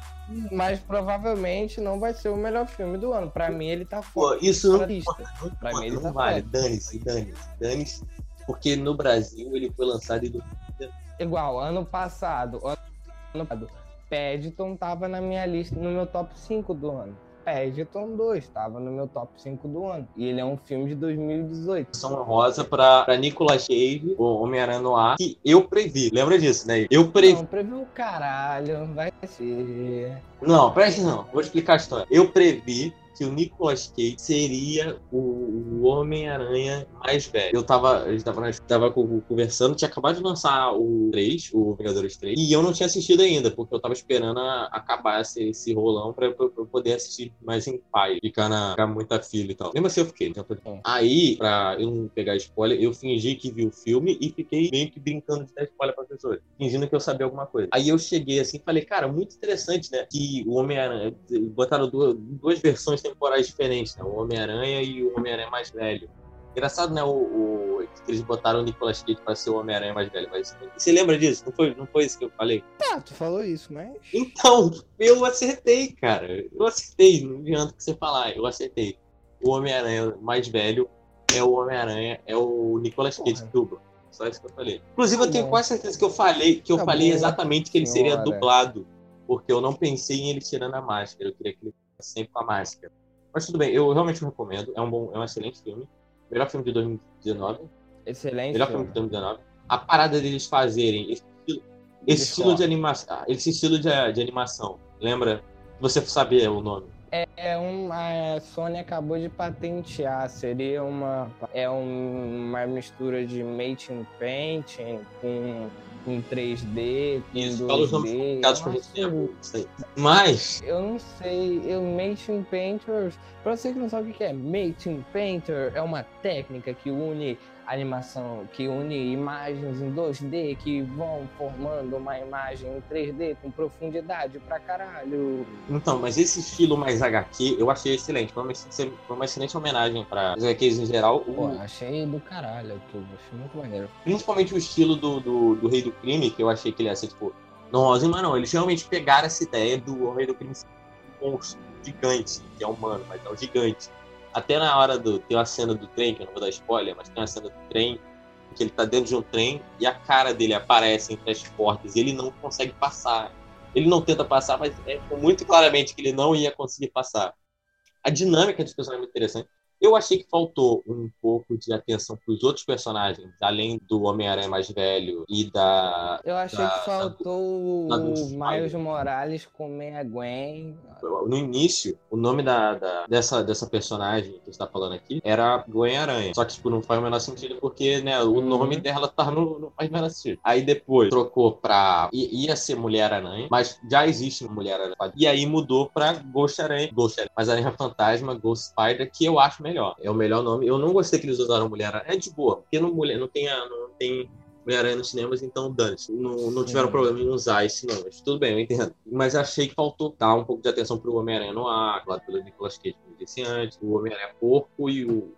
Mas provavelmente não vai ser o melhor filme do ano. Pra mim, ele tá
Pô,
fora.
isso não,
da lista.
não,
Pra
não,
mim, ele
não
tá
vale.
fora.
Dane-se, dane-se, dane-se. Porque no Brasil ele foi lançado em dois mil e dezenove.
Igual, ano passado, ano passado, Paddington tava na minha lista, no meu top cinco do ano. Paddington dois tava no meu top cinco do ano. E ele é um filme de dois mil e dezoito.
Menção rosa pra, pra Nicolas Cage, o Homem-Aranha no ar, que eu previ. Lembra disso, né? Eu previ.
Não, previu o caralho, vai ser.
Não, presta não. Vou explicar a história. Eu previ que o Nicolas Cage seria o, o Homem-Aranha mais velho. Eu tava, a gente tava, na- tava co- conversando, tinha acabado de lançar o três, o Vingadores três, e eu não tinha assistido ainda, porque eu tava esperando a- acabar esse, esse rolão pra, pra- pra eu poder assistir mais em paz, ficar, na, ficar muito a fila e tal. Mesmo assim eu fiquei. Então,
Hum.
aí, pra eu não pegar spoiler, eu fingi que vi o filme e fiquei meio que brincando de dar spoiler pra pessoas, fingindo que eu sabia alguma coisa. Aí eu cheguei assim e falei, cara, muito interessante, né? Que o Homem-Aranha, botaram duas, duas versões temporais diferentes, né? O Homem-Aranha e o Homem-Aranha mais velho. Engraçado, né? O, o- que eles botaram o Nicolas Cage pra ser o Homem-Aranha mais velho. Mas você lembra disso? Não foi, não foi isso que eu falei?
Tá, tu falou isso, mas.
Então, eu acertei, cara. Eu acertei. Não adianta que você falar. Eu acertei. O Homem-Aranha mais velho é o Homem-Aranha, é o Nicolas Cage
Porra.
dublo. Só isso que eu falei. Inclusive, eu tenho
Bom.
quase certeza que eu falei, que eu
Tá
falei
bom,
exatamente que ele seria
senhora.
dublado. Porque eu não pensei em ele tirando a máscara. Eu queria que ele fosse sempre com a máscara. Mas tudo bem, eu realmente recomendo. É um, bom, é um excelente filme. Melhor filme de dois mil e dezenove.
Excelente.
Melhor filme
filme.
de dois mil e dezenove. A parada deles fazerem esse estilo, esse estilo de animação. Esse estilo de, de animação. Lembra? Você saber o nome.
É um, a Sony acabou de patentear, seria uma é um- uma mistura de Made in Painting com, com três D, com
Isso, fala os nomes
dois D.
complicados pra gente
Nossa,
ter isso aí. Mas,
eu não sei, eu Made in Painter, pra você que não sabe o que é, Made in Painter é uma técnica que une animação, que une imagens em dois D que vão formando uma imagem em três D com profundidade pra caralho.
então, mas esse estilo mais H Q eu achei excelente. Foi uma, excelente- foi uma excelente homenagem para os H Qs em geral. O-
Pô, achei do caralho tudo, achei muito maneiro.
principalmente o estilo do, do, do Rei do Crime, que eu achei que ele ia ser tipo. Não, mas não, eles realmente pegaram essa ideia do Rei do Crime ser um monstro gigante, que é humano, mas é um gigante. Até na hora do. Tem uma cena do trem, que eu não vou dar spoiler, mas tem uma cena do trem, que ele tá dentro de um trem e a cara dele aparece entre as portas e ele não consegue passar. Ele não tenta passar, mas é muito claramente que ele não ia conseguir passar. A dinâmica dos personagens é muito interessante. Eu achei que faltou um pouco de atenção para os outros personagens, além do Homem-Aranha mais velho e da.
Eu achei
da-
que faltou
da-
o
da-
Miles Morales comer a Gwen.
No início, o nome da, da- dessa, dessa personagem que você está falando aqui era Gwen Aranha. Só que tipo, não faz o menor sentido porque né, o
Uhum.
nome dela tá no, não faz o menor sentido. Aí depois trocou pra. i- ia ser Mulher Aranha, mas já existe uma Mulher Aranha. E aí mudou pra Ghost Aranha. Ghost Aranha. Mas Aranha Fantasma, Ghost Spider, que eu acho melhor. É o melhor nome. Eu não gostei que eles usaram Mulher Aranha. É de boa, porque não, mulher, não, tem, a- não tem Mulher-Aranha nos cinemas, então dane-se. Não, não tiveram
Sim.
problema em usar esse nome. Mas tudo bem, eu entendo. Mas achei que faltou dar um pouco de atenção pro Homem-Aranha no ar, claro, pelo Nicolas Cage, como eu disse antes, o Homem-Aranha Porco e o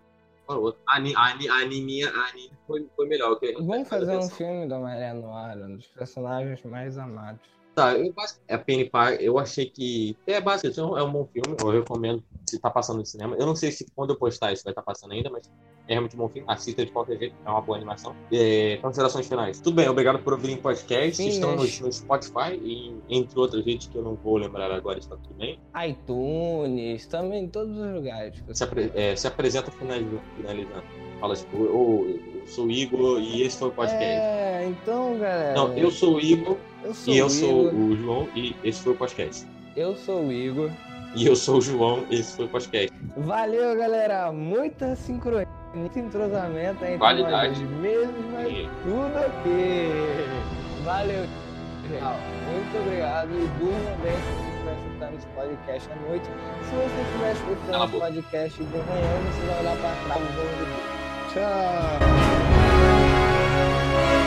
Qual é o outro? A, ani- a, ani- a animinha, a anime foi, foi melhor. Que
Vamos fazer um filme do Homem-Aranha Noir, um dos personagens mais amados.
Tá, eu, bas- é Penny Parker, eu achei que é básico, isso é um bom filme, eu recomendo se tá passando no cinema. Eu não sei se quando eu postar isso vai estar passando ainda, mas é realmente um bom filme. Assista de qualquer jeito, é uma boa animação. É, considerações finais. Tudo bem, obrigado por ouvirem podcast.
Sim,
Estão no,
mas-
no Spotify e entre outras redes que eu não vou lembrar agora, está tudo bem.
iTunes, também em todos os lugares.
Se, apre- é, se apresenta finalizando. finalizando. Fala tipo, eu, eu sou o Igor e esse foi o podcast.
É, então, galera.
Não, eu sou o Igor
eu sou
e eu
o
sou
Igor,
o João e esse foi o podcast.
Eu sou o Igor.
E eu sou o João e esse foi o podcast.
Valeu, galera. Muita sincronia, muito entrosamento entre
Qualidade.
nós mesmos, mas
E-
tudo ok. Valeu, real. Muito obrigado e durma bem se você estiver escutando esse podcast à noite. Se você estiver
Cala a
escutando esse
boca.
podcast de manhã, você vai olhar pra trás e vai ouvir. Tchau.